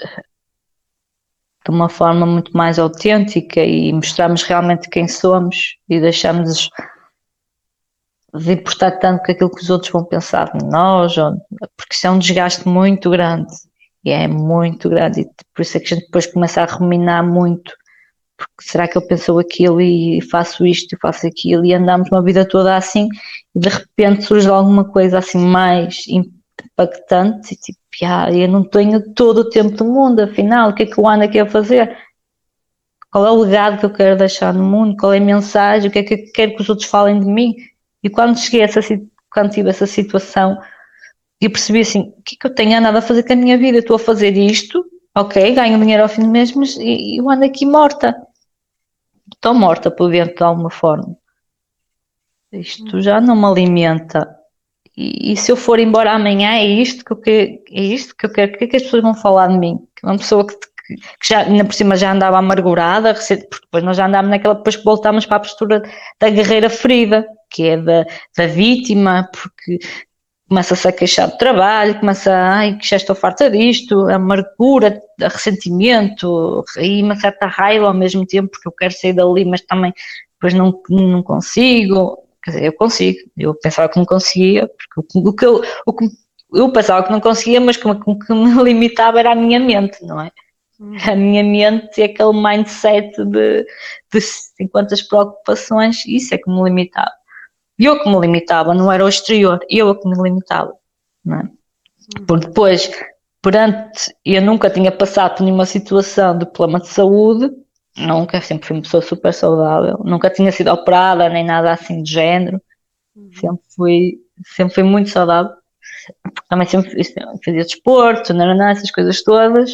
de uma forma muito mais autêntica e mostrarmos realmente quem somos e deixarmos de importar tanto com aquilo que os outros vão pensar de nós, ou, porque isso é um desgaste muito grande, e é muito grande, e por isso é que a gente depois começa a ruminar muito, porque será que eu penso aquilo e faço isto e faço aquilo, e andamos uma vida toda assim, e de repente surge alguma coisa assim mais impactante, e tipo, ah, eu não tenho todo o tempo do mundo, afinal, o que é que eu ando aqui a fazer? Qual é o legado que eu quero deixar no mundo? Qual é a mensagem? O que é que eu quero que os outros falem de mim? E quando cheguei a essa, quando tive essa situação, eu percebi assim, o que é que eu tenho andado a fazer com a minha vida? Eu estou a fazer isto, ok, ganho dinheiro ao fim do mês, mas eu ando aqui morta. Estou morta por dentro de alguma forma. Isto já não me alimenta. e, e se eu for embora amanhã é isto que eu quero, é isto que eu quero, o que é que as pessoas vão falar de mim? Uma pessoa que, que, que já, ainda por cima já andava amargurada, porque depois nós já andámos naquela, depois que voltámos para a postura da guerreira ferida, que é da, da vítima, porque começa-se a queixar do trabalho, começa a, ai, que já estou farta disto, a amargura, a ressentimento, e uma certa raiva ao mesmo tempo, porque eu quero sair dali, mas também depois não, não consigo. Quer dizer, eu consigo, eu pensava que não conseguia, porque o, o que eu, o que eu pensava que não conseguia, mas o que me limitava era a minha mente, não é? A minha mente e aquele mindset de, de cinquenta preocupações, isso é que me limitava. Eu que me limitava, não era o exterior, eu a que me limitava, não é? Porque depois, perante, eu nunca tinha passado por nenhuma situação de problema de saúde, nunca, sempre fui uma pessoa super saudável, nunca tinha sido operada, nem nada assim de género, sempre fui, sempre fui muito saudável, porque também sempre fazia desporto, não, não, essas coisas todas,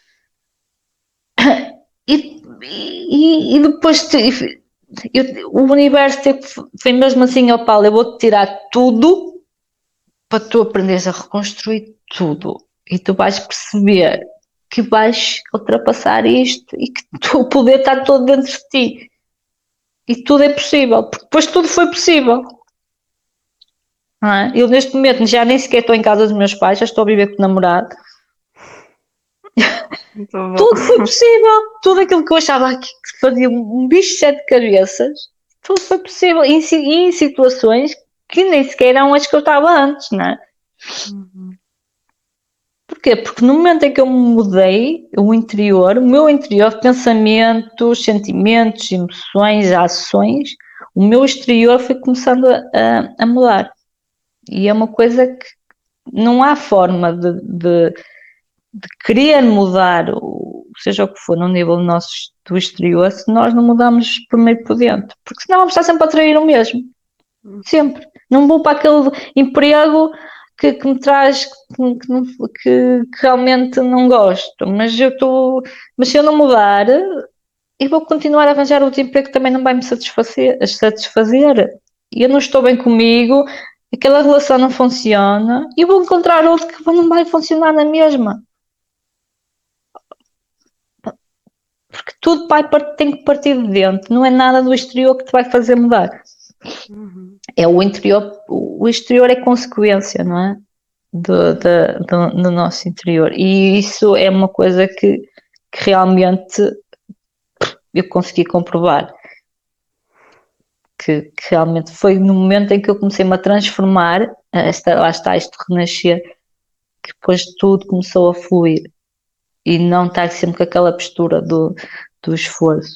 e, e, e depois... Eu, o universo foi mesmo assim, ó Paulo, eu vou-te tirar tudo para tu aprenderes a reconstruir tudo e tu vais perceber que vais ultrapassar isto e que tu, o poder está todo dentro de ti e tudo é possível, porque depois tudo foi possível, não é? Eu neste momento já nem sequer estou em casa dos meus pais, já estou a viver com o namorado. Tudo foi possível, tudo aquilo que eu achava que fazia um bicho de sete cabeças, tudo foi possível, em, em situações que nem sequer eram as que eu estava antes, não é? Uhum. Porquê? Porque no momento em que eu me mudei, o interior, o meu interior, pensamentos, sentimentos, emoções, ações, o meu exterior foi começando a, a, a mudar. E é uma coisa que não há forma de, de, de querer mudar, seja o que for, no nível nosso do exterior, se nós não mudarmos primeiro por dentro. Porque senão vamos estar sempre a atrair o mesmo. Sempre. Não vou para aquele emprego que, que me traz, que, que, que, realmente não gosto. Mas eu estou. Mas se eu não mudar, eu vou continuar a arranjar outro emprego que também não vai me satisfazer. satisfazer. Eu não estou bem comigo, aquela relação não funciona, e eu vou encontrar outro que não vai funcionar na mesma. Porque tudo vai, tem que partir de dentro, não é nada do exterior que te vai fazer mudar. Uhum. É o interior, o exterior é consequência, não é? Do, do, do, do nosso interior. E isso é uma coisa que, que realmente eu consegui comprovar. Que, que realmente foi no momento em que eu comecei-me a transformar, esta, lá está este renascer, que depois tudo começou a fluir. E não estar sempre com aquela postura do, do esforço.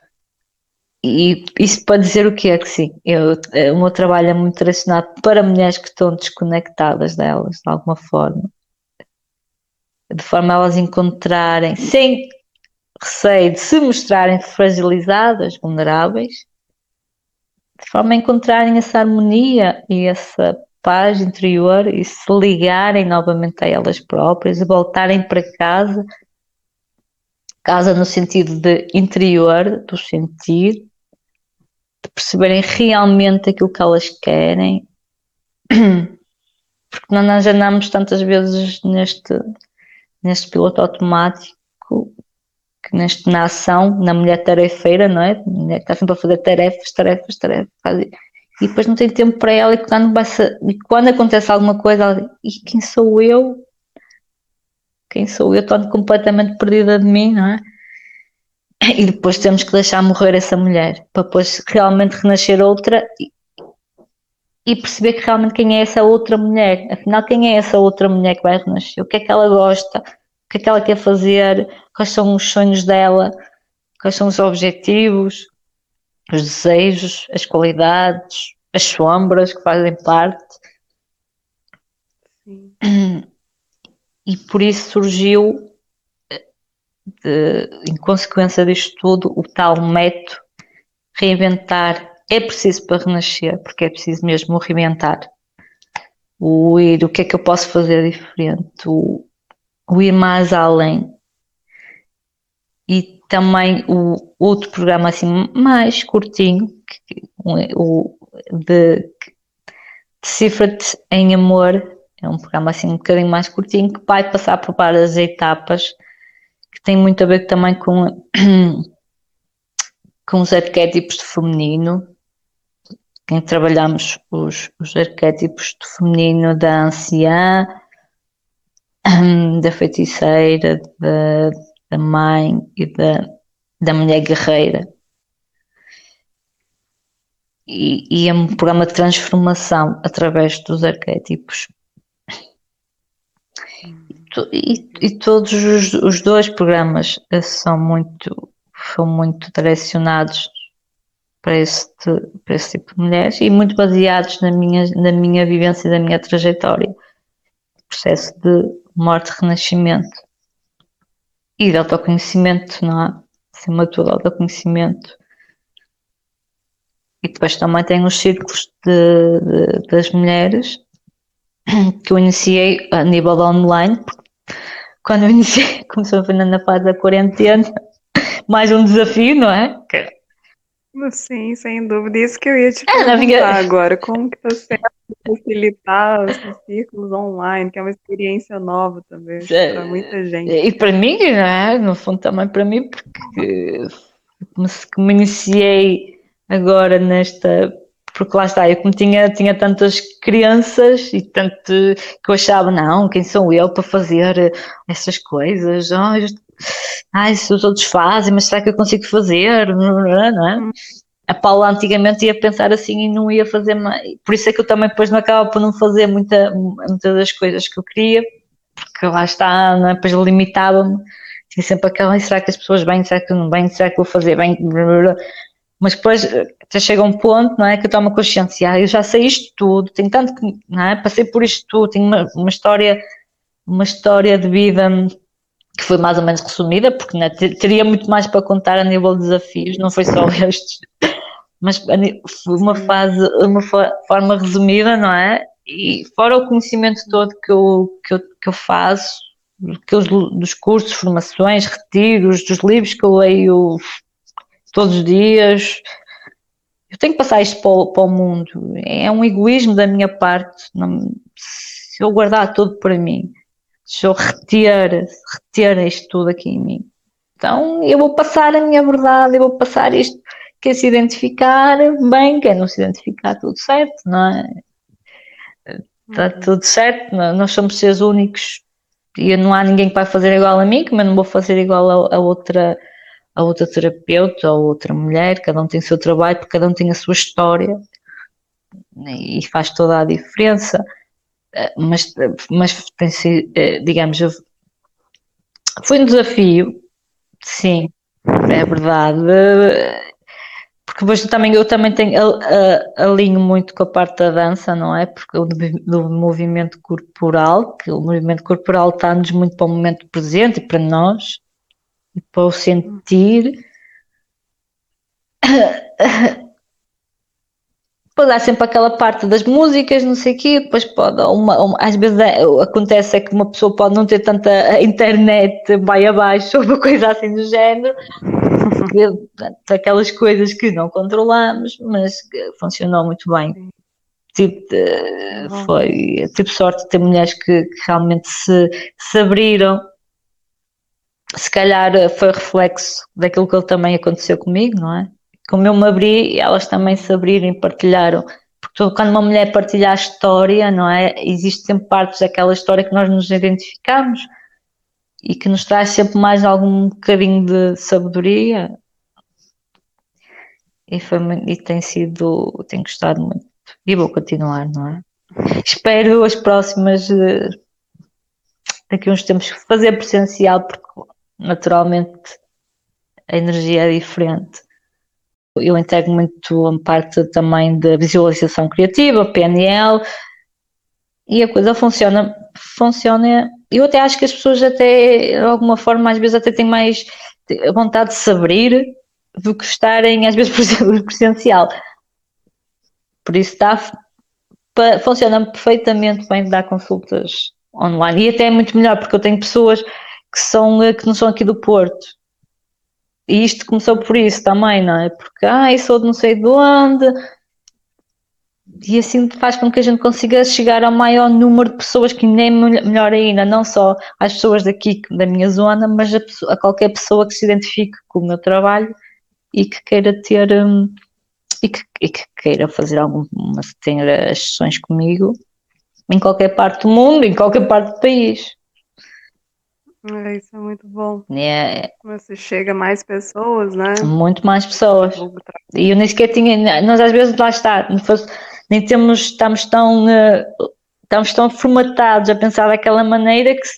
E isso para dizer o que é que sim, eu, o meu trabalho é muito direcionado para mulheres que estão desconectadas delas, de alguma forma. De forma a elas encontrarem, sem receio de se mostrarem fragilizadas, vulneráveis, de forma a encontrarem essa harmonia e essa paz interior e se ligarem novamente a elas próprias e voltarem para casa, casa no sentido de interior, do sentir, de perceberem realmente aquilo que elas querem, porque nós andamos tantas vezes neste, neste piloto automático, que neste, na ação, na mulher tarefeira, não é? A mulher que está sempre a fazer tarefas, tarefas, tarefas, e depois não tem tempo para ela, e quando, vai, e quando acontece alguma coisa, ela diz, e quem sou eu? Quem sou eu? Estou completamente perdida de mim, não é? E depois temos que deixar morrer essa mulher, para depois realmente renascer outra e, e perceber que realmente quem é essa outra mulher, afinal quem é essa outra mulher que vai renascer, o que é que ela gosta, o que é que ela quer fazer, quais são os sonhos dela, quais são os objetivos, os desejos, as qualidades, as sombras que fazem parte. Sim. E por isso surgiu, de, em consequência disto tudo, o tal método reinventar. É preciso para renascer, porque é preciso mesmo reinventar. O ir, o que é que eu posso fazer diferente, o, o ir mais além. E também o outro programa assim mais curtinho, que, o, de Decifra-te em Amor. É um programa assim um bocadinho mais curtinho que vai passar por várias etapas que tem muito a ver também com, com os arquétipos de feminino, em que trabalhamos os, os arquétipos de feminino da anciã, da feiticeira, da, da mãe e da, da mulher guerreira. E, e é um programa de transformação através dos arquétipos. E, e todos os, os dois programas são muito, são muito direcionados para este, para este tipo de mulheres e muito baseados na minha, na minha vivência e na minha trajetória. Processo de morte-renascimento e de autoconhecimento, não é? Acima de tudo, autoconhecimento. E depois também tem os círculos de, de, das mulheres que eu iniciei a nível online, porque quando eu iniciei, começou na fase da quarentena, mais um desafio, não é? Sim, sem dúvida. Isso que eu ia te perguntar é, minha... agora. Como que você facilitar os círculos online, que é uma experiência nova também é, para muita gente. E para mim, não é? No fundo também para mim, porque como me iniciei agora nesta... Porque lá está, eu como tinha, tinha tantas crianças e tanto que eu achava, não, quem sou eu para fazer essas coisas? Ai, ai, se os outros fazem, mas será que eu consigo fazer? Não é? Hum. A Paula antigamente ia pensar assim e não ia fazer mais. Por isso é que eu também depois não acaba por não fazer muita, muitas das coisas que eu queria, porque lá está, não é? Depois limitava-me. Tinha sempre aquela, será que as pessoas vêm, será que não vêm, será que vou fazer bem? Mas depois até chega um ponto, não é, que eu tomo consciência, ah, eu já sei isto tudo, tenho tanto que, não é, passei por isto tudo, tenho uma, uma história, uma história de vida que foi mais ou menos resumida, porque né, teria muito mais para contar a nível de desafios, não foi só estes, mas foi uma fase, uma forma resumida, não é? E fora o conhecimento todo que eu, que eu, que eu faço, que eu, dos cursos, formações, retiros, dos livros que eu leio todos os dias, eu tenho que passar isto para o, para o mundo. É um egoísmo da minha parte, não, se eu guardar tudo para mim, se eu reter, reter isto tudo aqui em mim. Então eu vou passar a minha verdade, eu vou passar isto. Quem se identificar, bem, quem não se identificar, tudo certo, não é? Está uhum. tudo certo, nós somos seres únicos e não há ninguém que vai fazer igual a mim, como eu não vou fazer igual a, a outra a outra terapeuta ou outra mulher, cada um tem o seu trabalho, porque cada um tem a sua história e faz toda a diferença, mas, mas tem sido, digamos, foi um desafio, sim, é verdade, porque depois também, eu também tenho, alinho muito com a parte da dança, não é? Porque do movimento corporal, que o movimento corporal está-nos muito para o momento presente e para nós, e para o sentir. Depois há sempre aquela parte das músicas, não sei o quê, depois pode, uma, uma, às vezes é, acontece é que uma pessoa pode não ter tanta internet, vai abaixo, ou uma coisa assim do género, porque, aquelas coisas que não controlamos, mas que funcionou muito bem. Tipo, foi, tive sorte de ter mulheres que, que realmente se, se abriram. Se calhar foi reflexo daquilo que também aconteceu comigo, não é? Como eu me abri, elas também se abriram e partilharam. Porque quando uma mulher partilha a história, não é? Existe sempre partes daquela história que nós nos identificamos e que nos traz sempre mais algum bocadinho de sabedoria. E, foi, e tem sido, tenho gostado muito. E vou continuar, não é? Espero as próximas, daqui a uns tempos, fazer presencial, porque naturalmente a energia é diferente. Eu entrego muito a parte também da visualização criativa, P N L, e a coisa funciona, funciona. Eu até acho que as pessoas até, de alguma forma, às vezes até têm mais vontade de se abrir do que estarem, às vezes, por exemplo, presencial. Por isso está, funciona perfeitamente bem de dar consultas online. E até é muito melhor, porque eu tenho pessoas que, são, que não são aqui do Porto. E isto começou por isso também, não é? Porque, ah, eu sou de não sei de onde. e assim faz com que a gente consiga chegar ao maior número de pessoas, que nem melhor ainda, não só às pessoas daqui da minha zona, mas a, pessoa, a qualquer pessoa que se identifique com o meu trabalho e que queira ter um, e, que, e que queira fazer alguma, ter as sessões comigo em qualquer parte do mundo, em qualquer parte do país. É, isso é muito bom. É, Você chega a mais pessoas, né? Muito mais pessoas. E eu nem sequer tinha. Nós às vezes lá está, nem temos, estamos tão, estamos tão formatados a pensar daquela maneira que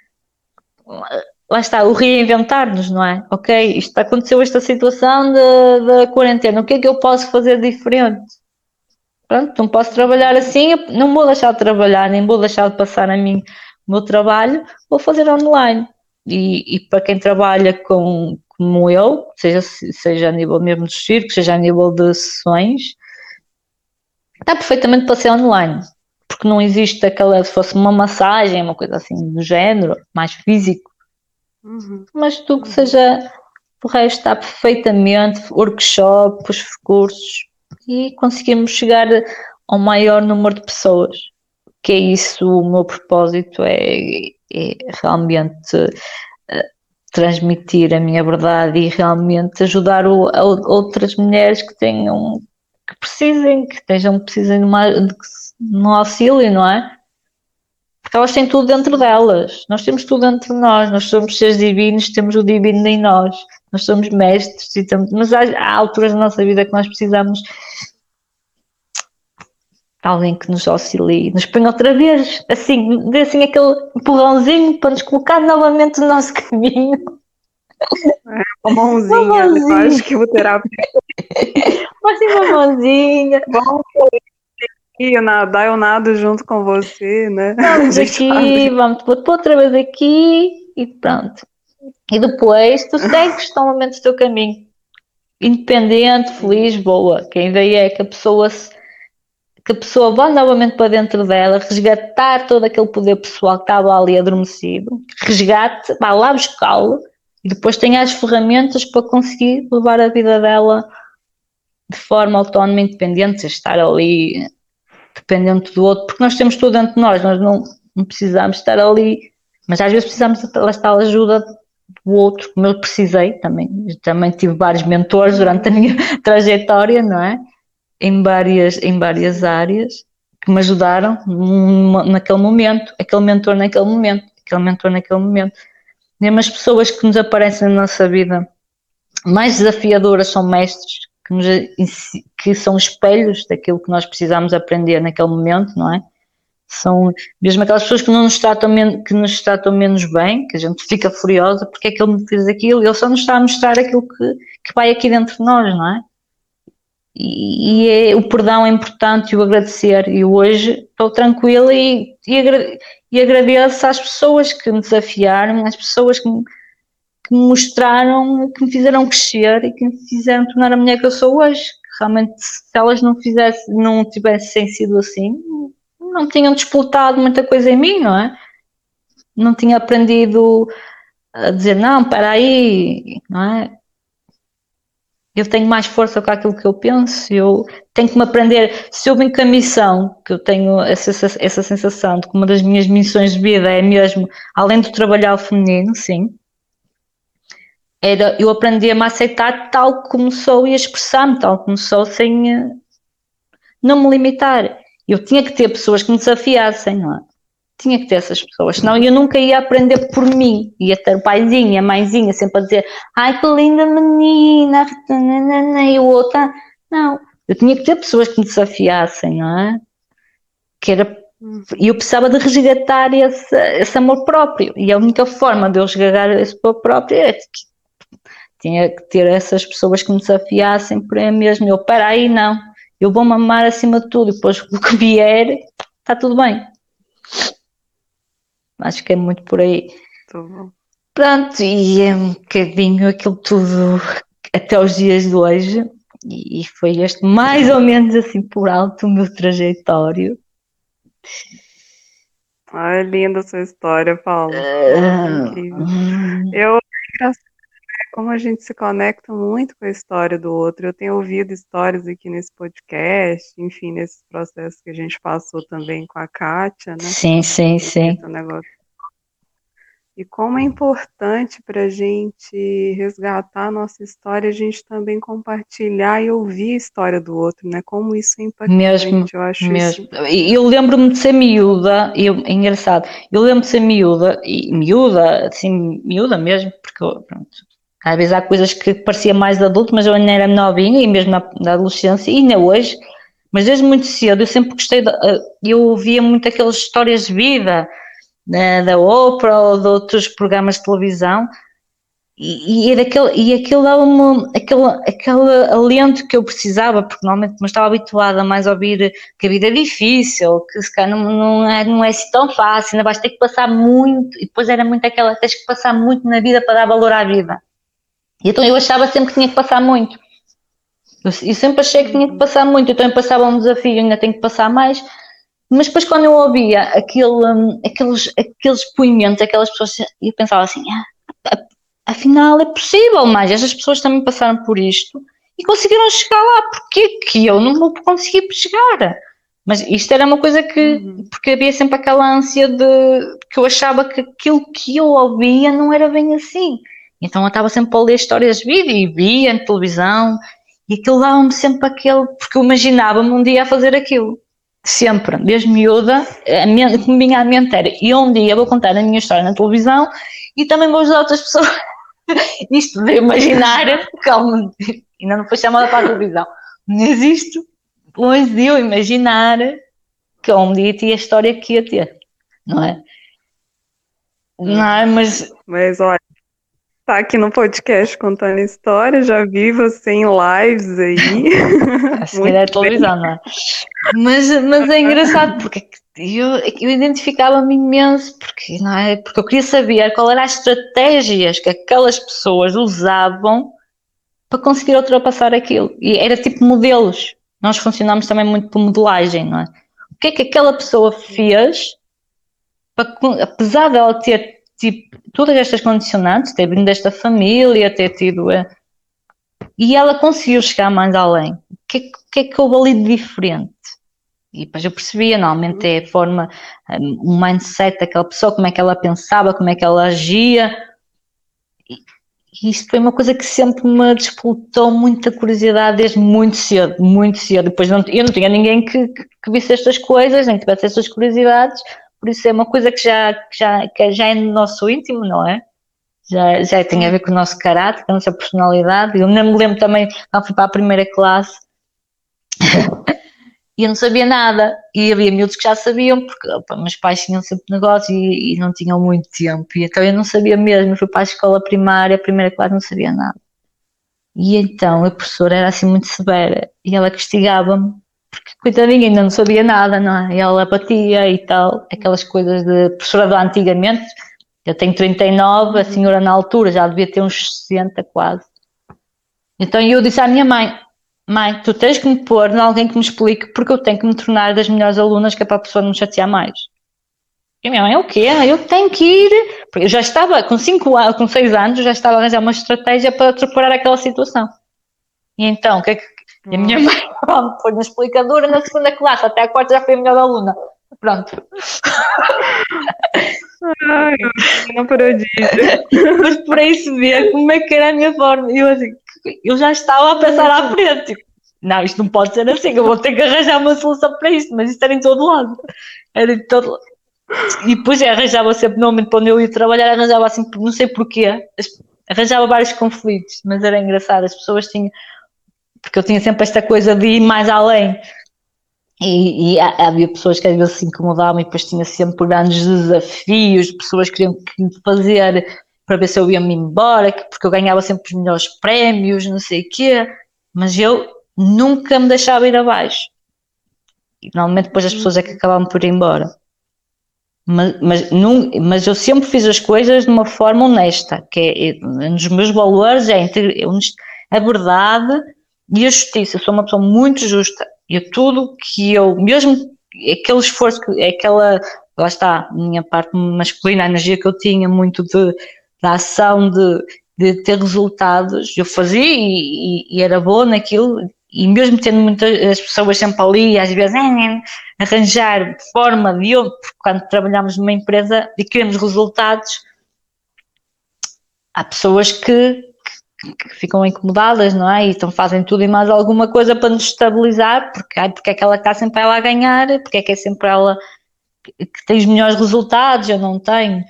lá está, o reinventar-nos, não é? Ok, isto aconteceu, esta situação da quarentena, o que é que eu posso fazer diferente? Pronto, não posso trabalhar assim, não vou deixar de trabalhar, nem vou deixar de passar a mim o meu trabalho, vou fazer online. E, e para quem trabalha com, como eu, seja, seja a nível mesmo dos circos, seja a nível de sessões, está perfeitamente para ser online. Porque não existe aquela, se fosse uma massagem, uma coisa assim do género, mais físico. Uhum. Mas tudo que seja, o resto está perfeitamente, workshop, os cursos, e conseguimos chegar ao maior número de pessoas. Que é isso, o meu propósito é, é realmente uh, transmitir a minha verdade e realmente ajudar o, a outras mulheres que tenham, que precisem, que estejam, precisem de, uma, de, de um auxílio, não é? Porque elas têm tudo dentro delas, nós temos tudo dentro de nós, nós somos seres divinos, temos o divino em nós, nós somos mestres, e temos, mas há, há alturas da nossa vida que nós precisamos alguém que nos auxilie, nos ponha outra vez, assim, dê assim aquele empurrãozinho para nos colocar novamente no nosso caminho. É, uma mãozinha, uma mãozinha. Eu acho que o terapeuta. Mas uma mãozinha. Vamos eu nadar, eu nado junto com você, né? Vamos aqui, vamos pôr outra vez aqui e pronto. E depois tu segues totalmente o teu caminho. Independente, feliz, boa. Quem vê é que a pessoa se que a pessoa vá novamente para dentro dela, resgatar todo aquele poder pessoal que estava ali adormecido, resgate, vá lá buscá-lo e depois tenha as ferramentas para conseguir levar a vida dela de forma autónoma, independente, sem estar ali dependente do outro, porque nós temos tudo dentro de nós, nós não, não precisamos estar ali, mas às vezes precisamos da ajuda do outro, como eu precisei também, também tive vários mentores durante a minha trajetória, não é? Em várias, em várias áreas que me ajudaram naquele momento, aquele mentor naquele momento, aquele mentor naquele momento. Mesmo as pessoas que nos aparecem na nossa vida mais desafiadoras são mestres que, nos, que são espelhos daquilo que nós precisamos aprender naquele momento, não é? São mesmo aquelas pessoas que, não nos, tratam men- que nos tratam menos bem, que a gente fica furiosa porque é que ele me fez aquilo, e ele só nos está a mostrar aquilo que, que vai aqui dentro de nós, não é? E, e é, o perdão é importante, e o agradecer. E hoje estou tranquila e, e, agra, e agradeço às pessoas que me desafiaram, às pessoas que me, que me mostraram, que me fizeram crescer e que me fizeram tornar a mulher que eu sou hoje. Que realmente, se elas não fizessem, não tivessem sido assim, não tinham disputado muita coisa em mim, não é? Não tinha aprendido a dizer, não, para aí, não é? Eu tenho mais força com aquilo que eu penso, eu tenho que me aprender, se eu venho com a missão, que eu tenho essa, essa sensação de que uma das minhas missões de vida é mesmo, além do trabalhar o feminino, sim, era eu aprender-me a aceitar tal como sou e a expressar-me tal como sou, sem não me limitar. Eu tinha que ter pessoas que me desafiassem, não é? Tinha que ter essas pessoas, senão eu nunca ia aprender por mim. Ia ter o paizinho, a mãezinha sempre a dizer, ai que linda menina, e o outro, não. Eu tinha que ter pessoas que me desafiassem, não é? Que era, e eu precisava de resgatar esse, esse amor próprio. E a única forma de eu resgatar esse amor próprio era que tinha que ter essas pessoas que me desafiassem para mesmo. Eu, para aí, não. Eu vou mamar acima de tudo, e depois o que vier, está tudo bem. Acho que é muito por aí. Tô. Pronto, e é um bocadinho aquilo tudo até os dias de hoje. E foi este, mais ou menos assim por alto, o meu trajetório. Ai, linda a sua história, Paulo. Uh, incrível. Eu, como a gente se conecta muito com a história do outro. Eu tenho ouvido histórias aqui nesse podcast, enfim, nesses processos que a gente passou também com a Kátia, né? Sim, sim, sim. Esse negócio. E como é importante para a gente resgatar a nossa história, a gente também compartilhar e ouvir a história do outro, né? Como isso é impactante, mesmo, eu acho mesmo. isso. Eu lembro-me de ser miúda, eu, é engraçado, eu lembro-me de ser miúda, e miúda, assim, miúda mesmo, porque eu, pronto, às vezes há coisas que parecia mais de adulto, mas eu ainda era novinha, e mesmo na, na adolescência, e ainda hoje, mas desde muito cedo, eu sempre gostei, de, eu ouvia muito aquelas histórias de vida, né, da Oprah ou de outros programas de televisão, e, e, daquele, e aquilo dava-me aquele, aquele alento que eu precisava, porque normalmente me estava habituada mais a ouvir que a vida é difícil, que se calhar não, não, é, não é assim tão fácil, ainda vais ter que passar muito, e depois era muito aquela, tens que passar muito na vida para dar valor à vida. E então eu achava sempre que tinha que passar muito. Eu, eu sempre achei que tinha que passar muito, então eu passava um desafio, ainda tenho que passar mais. Mas depois quando eu ouvia aquele, um, aqueles, aqueles depoimentos, aquelas pessoas, eu pensava assim, ah, afinal é possível, mas estas pessoas também passaram por isto e conseguiram chegar lá, porque que eu não vou conseguir chegar? Mas isto era uma coisa que, uhum. porque havia sempre aquela ânsia de, que eu achava que aquilo que eu ouvia não era bem assim. Então eu estava sempre a ler histórias de vida e via na televisão e aquilo dava-me sempre aquele, porque eu imaginava-me um dia a fazer aquilo. Sempre, desde miúda, a minha, que me vinha à mente era, e um dia vou contar a minha história na televisão e também vou ajudar outras pessoas. Isto de imaginar, calma, ainda não foi chamada para a televisão, mas isto, longe de eu imaginar que um dia tinha a história que ia ter, não é? Não é, mas... Mas olha, tá aqui no podcast contando história, já vi você em lives aí. Acho que era a televisão, não é? Mas, mas é engraçado, porque eu, eu identificava-me imenso, porque, não é? Porque eu queria saber qual eram as estratégias que aquelas pessoas usavam para conseguir ultrapassar aquilo. E era tipo modelos. Nós funcionamos também muito por modelagem, não é? O que é que aquela pessoa fez para, apesar de ela ter tipo, todas estas condicionantes, ter vindo desta família, ter tido... É, e ela conseguiu chegar mais além. O que, é, que é que houve ali de diferente? E depois eu percebia, normalmente é a forma, o um mindset daquela pessoa, como é que ela pensava, como é que ela agia. E isto foi uma coisa que sempre me despertou muita curiosidade desde muito cedo, muito cedo. Depois não, eu não tinha ninguém que, que, que visse estas coisas, nem que tivesse estas curiosidades, por isso é uma coisa que já, que já, que já é no nosso íntimo, não é? Já, já tem a ver com o nosso caráter, com a nossa personalidade. Eu nem me lembro também, quando fui para a primeira classe, e eu não sabia nada, e havia miúdos que já sabiam, porque opa, meus pais tinham sempre negócio e, e não tinham muito tempo, e então eu não sabia mesmo, eu fui para a escola primária, a primeira classe não sabia nada. E então a professora era assim muito severa, e ela castigava-me, porque coitadinha ainda não sabia nada, não é? E ela batia e tal, aquelas coisas de professora do antigamente. Eu tenho trinta e nove, a senhora na altura já devia ter uns sessenta quase. Então eu disse à minha mãe, mãe, tu tens que me pôr em alguém que me explique porque eu tenho que me tornar das melhores alunas, que é para a pessoa não me chatear mais. E a minha mãe, o quê? Eu tenho que ir. Porque eu já estava, com cinco anos, com seis anos, já estava a arranjar uma estratégia para superar aquela situação. E então, o que é que... E a minha mãe foi na explicadora na segunda classe, até a quarta já foi a melhor aluna. Pronto. Ai, não prodígio. Mas por aí se vê como é que era a minha forma. Eu, assim, eu já estava a pensar à frente. Tipo, não, isto não pode ser assim, eu vou ter que arranjar uma solução para isto, mas isto era em todo lado. Era em todo lado. E depois eu arranjava sempre, normalmente para onde eu ia trabalhar, arranjava assim, não sei porquê, arranjava vários conflitos, mas era engraçado, as pessoas tinham, porque eu tinha sempre esta coisa de ir mais além. E, e havia pessoas que às vezes se incomodavam e depois tinha sempre grandes desafios, pessoas que queriam fazer para ver se eu ia-me embora, porque eu ganhava sempre os melhores prémios, não sei o quê, mas eu nunca me deixava ir abaixo. E normalmente depois as pessoas é que acabavam por ir embora. Mas, mas, num, mas eu sempre fiz as coisas de uma forma honesta, que é, um dos meus valores é a verdade e a justiça. Eu sou uma pessoa muito justa. E tudo que eu, mesmo aquele esforço, aquela, lá está, a minha parte masculina, a energia que eu tinha, muito de, da ação, de de ter resultados, eu fazia e, e, e era boa naquilo, e mesmo tendo muitas as pessoas sempre ali, às vezes, é, é, arranjar forma de eu, porque quando trabalhamos numa empresa e queremos resultados, há pessoas que, que, que ficam incomodadas, não é? E então fazem tudo e mais alguma coisa para nos estabilizar, porque, ai, porque é que ela está sempre ela a ganhar, porque é que é sempre ela que, que tem os melhores resultados, eu não tenho.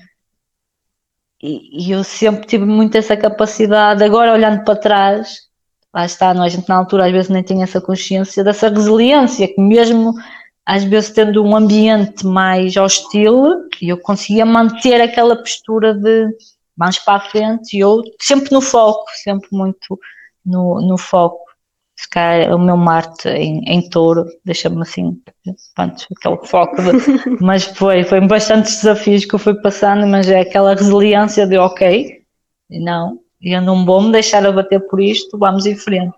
E, e eu sempre tive muito essa capacidade, agora olhando para trás, lá está, não, a gente na altura às vezes nem tinha essa consciência dessa resiliência, que mesmo às vezes tendo um ambiente mais hostil, eu conseguia manter aquela postura de vamos para a frente, e eu sempre no foco, sempre muito no, no foco. Se calhar o meu Marte em, em Touro deixa-me assim, pronto, aquele foco de, mas foi, foi bastantes desafios que eu fui passando, mas é aquela resiliência de ok, não, eu não vou me deixar abater por isto, vamos em frente,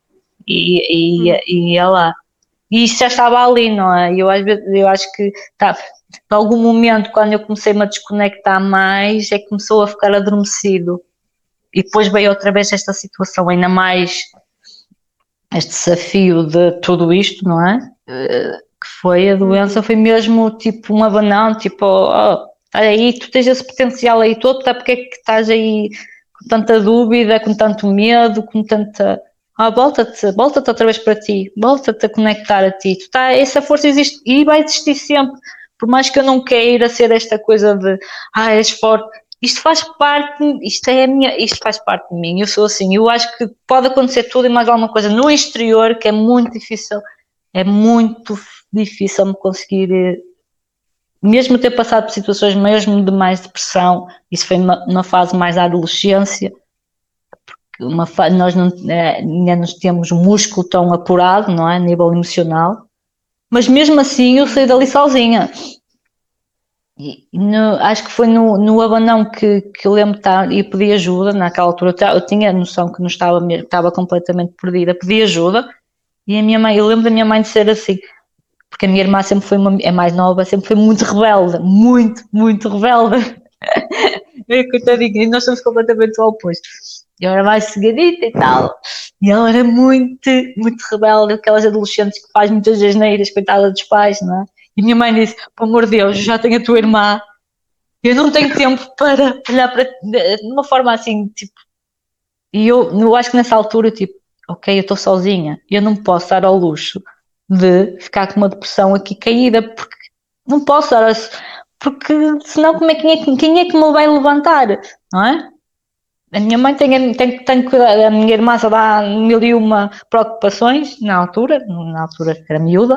e, e, hum. e é lá, e isso já estava ali, não é? Eu, às vezes, eu acho que tá, em algum momento, quando eu comecei-me a desconectar mais, é que começou a ficar adormecido, e depois veio outra vez esta situação ainda mais, este desafio de tudo isto, não é? Que foi a doença, foi mesmo tipo um abanão, tipo, oh, olha aí, tu tens esse potencial aí todo, tá, porque é que estás aí com tanta dúvida, com tanto medo, com tanta... Ah, volta-te, volta-te outra vez para ti, volta-te a conectar a ti, tu tá, essa força existe e vai existir sempre, por mais que eu não queira ser esta coisa de, ah, és forte, isto faz parte, isto é a minha, isto faz parte de mim, eu sou assim, eu acho que pode acontecer tudo e mais alguma coisa no exterior que é muito difícil, é muito difícil me conseguir, mesmo ter passado por situações mesmo de mais depressão, isso foi uma, uma fase mais da adolescência, porque uma, nós não, é, ainda não temos um músculo tão apurado, não é, a nível emocional, mas mesmo assim eu saí dali sozinha. E no, acho que foi no, no abanão que, que eu lembro de estar e pedi ajuda. Naquela altura eu tinha a noção que não estava, estava completamente perdida, pedi ajuda. E a minha mãe, eu lembro da minha mãe dizer assim, porque a minha irmã sempre foi uma, é mais nova, sempre foi muito rebelde, muito, muito rebelde. Eu, coitadinha, e nós somos completamente o oposto. Eu era mais cegadita e tal, e ela era muito, muito rebelde, aquelas adolescentes que faz muitas asneiras, coitada dos pais, não é? E a minha mãe disse, pelo amor de Deus, já tenho a tua irmã, eu não tenho tempo para olhar para de uma forma assim, tipo, e eu, eu acho que nessa altura, tipo, ok, eu estou sozinha, eu não posso dar ao luxo de ficar com uma depressão aqui caída, porque não posso dar, porque senão como é, quem, é, quem é que me vai levantar, não é? A minha mãe tem, tem, tem que cuidar, a minha irmã só dá mil e uma preocupações na altura, na altura que era miúda,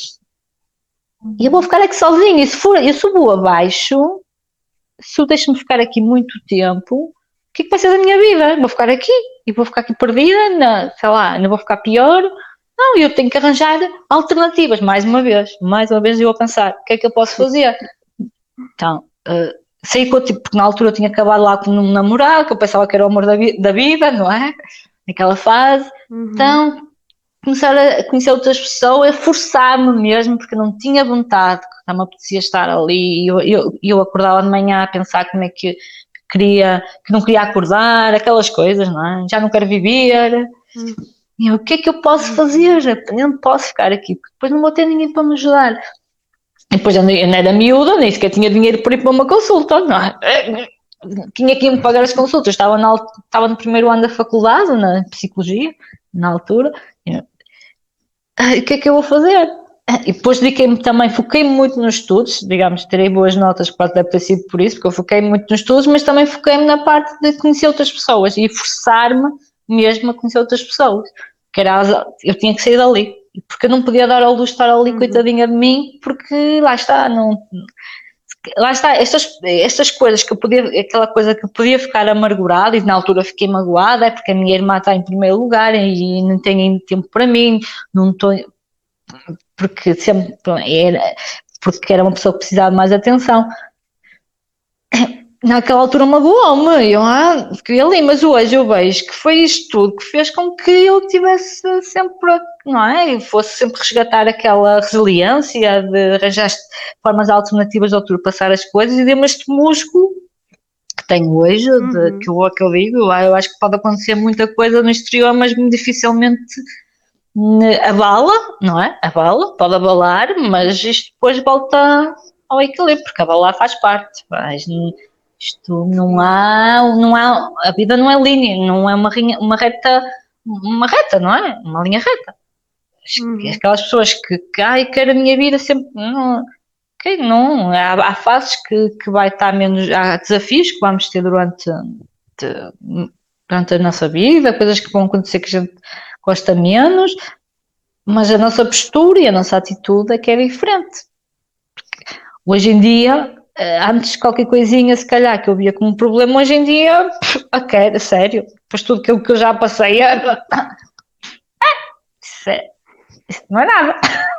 e eu vou ficar aqui sozinha, e se for, eu subo abaixo, se eu deixo-me ficar aqui muito tempo, o que é que vai ser da minha vida? Vou ficar aqui, e vou ficar aqui perdida, na, sei lá, não vou ficar pior, não, eu tenho que arranjar alternativas, mais uma vez, mais uma vez eu vou pensar, o que é que eu posso fazer? Então, uh, sei que eu, tipo, porque na altura eu tinha acabado lá com um namorado, que eu pensava que era o amor da, vi- da vida, não é? Naquela fase, uhum. Então... começar a conhecer outras pessoas, forçar-me mesmo, porque eu não tinha vontade, não me apetecia estar ali, e eu, eu, eu acordava de manhã a pensar como é que queria, que não queria acordar, aquelas coisas, não é? Já não quero viver, hum. E eu, o que é que eu posso fazer? Eu não posso ficar aqui, porque depois não vou ter ninguém para me ajudar. E depois eu não era miúda, nem sequer tinha dinheiro para ir para uma consulta, não é? Tinha que ir me pagar as consultas, estava, na, estava no primeiro ano da faculdade, na psicologia, na altura, e, o que é que eu vou fazer? E depois dediquei-me também, foquei-me muito nos estudos, digamos, terei boas notas, pode ter sido por isso, porque eu foquei-me muito nos estudos, mas também foquei-me na parte de conhecer outras pessoas e forçar-me mesmo a conhecer outras pessoas, que era, eu tinha que sair dali, porque eu não podia dar ao luxo de estar ali, uhum. Coitadinha de mim, porque lá está, não... Lá está, estas, estas coisas que eu podia, aquela coisa que eu podia ficar amargurada, e na altura fiquei magoada, é porque a minha irmã está em primeiro lugar e não tenho tempo para mim, não estou, porque sempre era, porque era uma pessoa que precisava de mais atenção. Naquela altura magoou-me, eu ah, fiquei ali, mas hoje eu vejo que foi isto tudo que fez com que eu tivesse sempre, não é? Eu fosse sempre resgatar aquela resiliência de arranjar formas alternativas de ultrapassar as coisas e deu-me este músculo que que tenho hoje, Uhum. de, que, eu, que eu digo, eu acho que pode acontecer muita coisa no exterior, mas dificilmente abala, não é? Abala, pode abalar, mas isto depois volta ao equilíbrio, porque abalar faz parte. Mas isto não há, não há, a vida não é linha, não é uma, rinha, uma reta, uma reta, não é? Uma linha reta. Uhum. Aquelas pessoas que, que ai, quero a minha vida sempre, não, okay, não há, há fases que, que vai estar menos, há desafios que vamos ter durante, de, durante a nossa vida, coisas que vão acontecer que a gente gosta menos, mas a nossa postura e a nossa atitude é que é diferente. Porque hoje em dia, antes qualquer coisinha se calhar que eu via como um problema, hoje em dia, ok, a sério, depois tudo aquilo que eu já passei, é, isso, é, isso não é nada.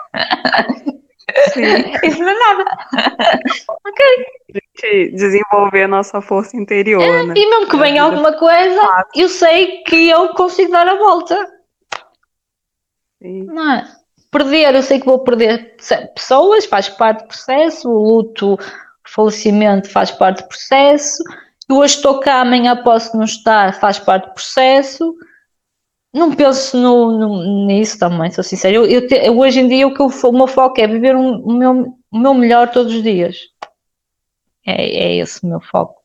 Sim. Isso não é nada. Ok. A gente desenvolver a nossa força interior, é, né? E mesmo que venha alguma coisa, eu sei que eu consigo dar a volta. Sim. Não é? Perder, eu sei que vou perder pessoas, faz parte do processo, o luto, o falecimento faz parte do processo. Eu hoje estou cá, amanhã posso não estar, faz parte do processo. Não penso no, no, nisso também, sou sincera. Eu, eu, te, eu hoje em dia o, que eu, o meu foco é viver um, o, meu, o meu melhor todos os dias. É, é esse o meu foco.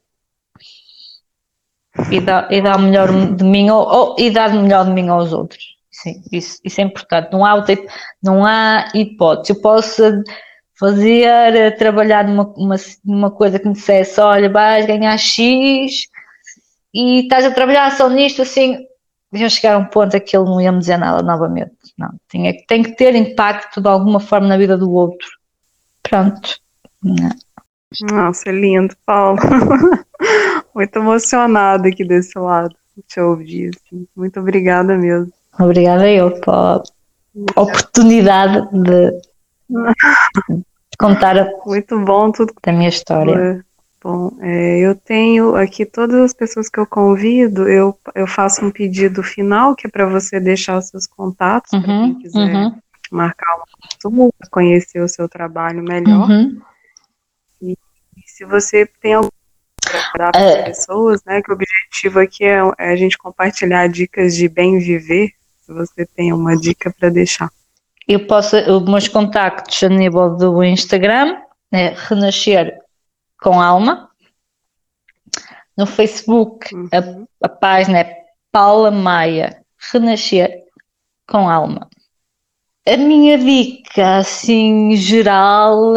E dar, e dar o melhor de mim ou, ou, e dar o melhor de mim aos outros. Sim, isso, isso é importante. Não há, não há hipótese. Eu posso fazer, trabalhar numa uma, uma coisa que me dissesse, olha, vais ganhar X e estás a trabalhar só nisto, assim, iam chegar a um ponto que ele não ia me dizer nada novamente. Não, tem, tem que ter impacto de alguma forma na vida do outro. Pronto. Não. Nossa, é lindo, Paulo. Muito emocionada aqui desse lado, te ouvir. Assim. Muito obrigada mesmo. Obrigada eu pela oportunidade de, de contar muito bom tudo da minha história. Bom, é, eu tenho aqui todas as pessoas que eu convido, eu, eu faço um pedido final, que é para você deixar os seus contatos, uhum, para quem quiser uhum. marcar uma consulta, conhecer o seu trabalho melhor. Uhum. E, e se você tem algum para dar para as uh, pessoas, né, que o objetivo aqui é, é a gente compartilhar dicas de bem viver, se você tem uma dica para deixar. Eu posso, os meus contactos a nível do Instagram é Renascer com Alma. No Facebook, uhum. a, a página é Paula Maia, Renascer com Alma. A minha dica, assim, geral,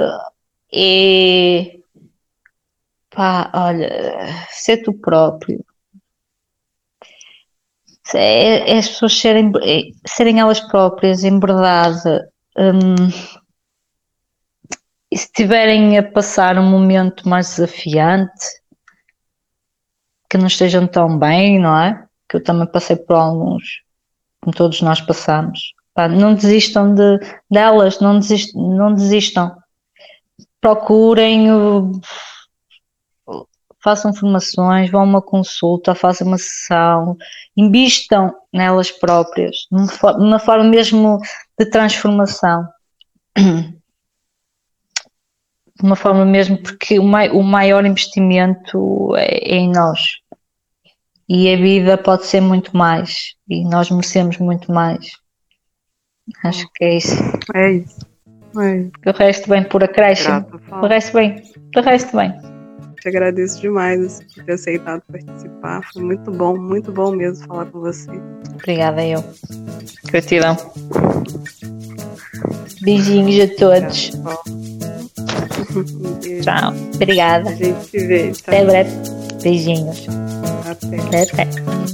é... Pá, olha, ser tu próprio. É, é as pessoas serem, é, serem elas próprias, em verdade. Hum, e se estiverem a passar um momento mais desafiante, que não estejam tão bem, não é? Que eu também passei por alguns, como todos nós passamos. Pá, não desistam de, delas, não desistam, não desistam. Procurem, façam formações, vão a uma consulta, façam uma sessão, invistam nelas próprias, numa forma mesmo de transformação. De uma forma mesmo, porque o, mai, o maior investimento é, é em nós. E a vida pode ser muito mais. E nós merecemos muito mais. Acho que é isso. É isso. É isso. O resto vem por acréscimo. O resto vem. O resto vem. Te agradeço demais por ter aceitado participar. Foi muito bom, muito bom mesmo falar com você. Obrigada, eu. Gratidão. Beijinhos a todos. Tchau. Obrigada. A gente se vê. Tá? Até breve. Beijinhos. Até. Até.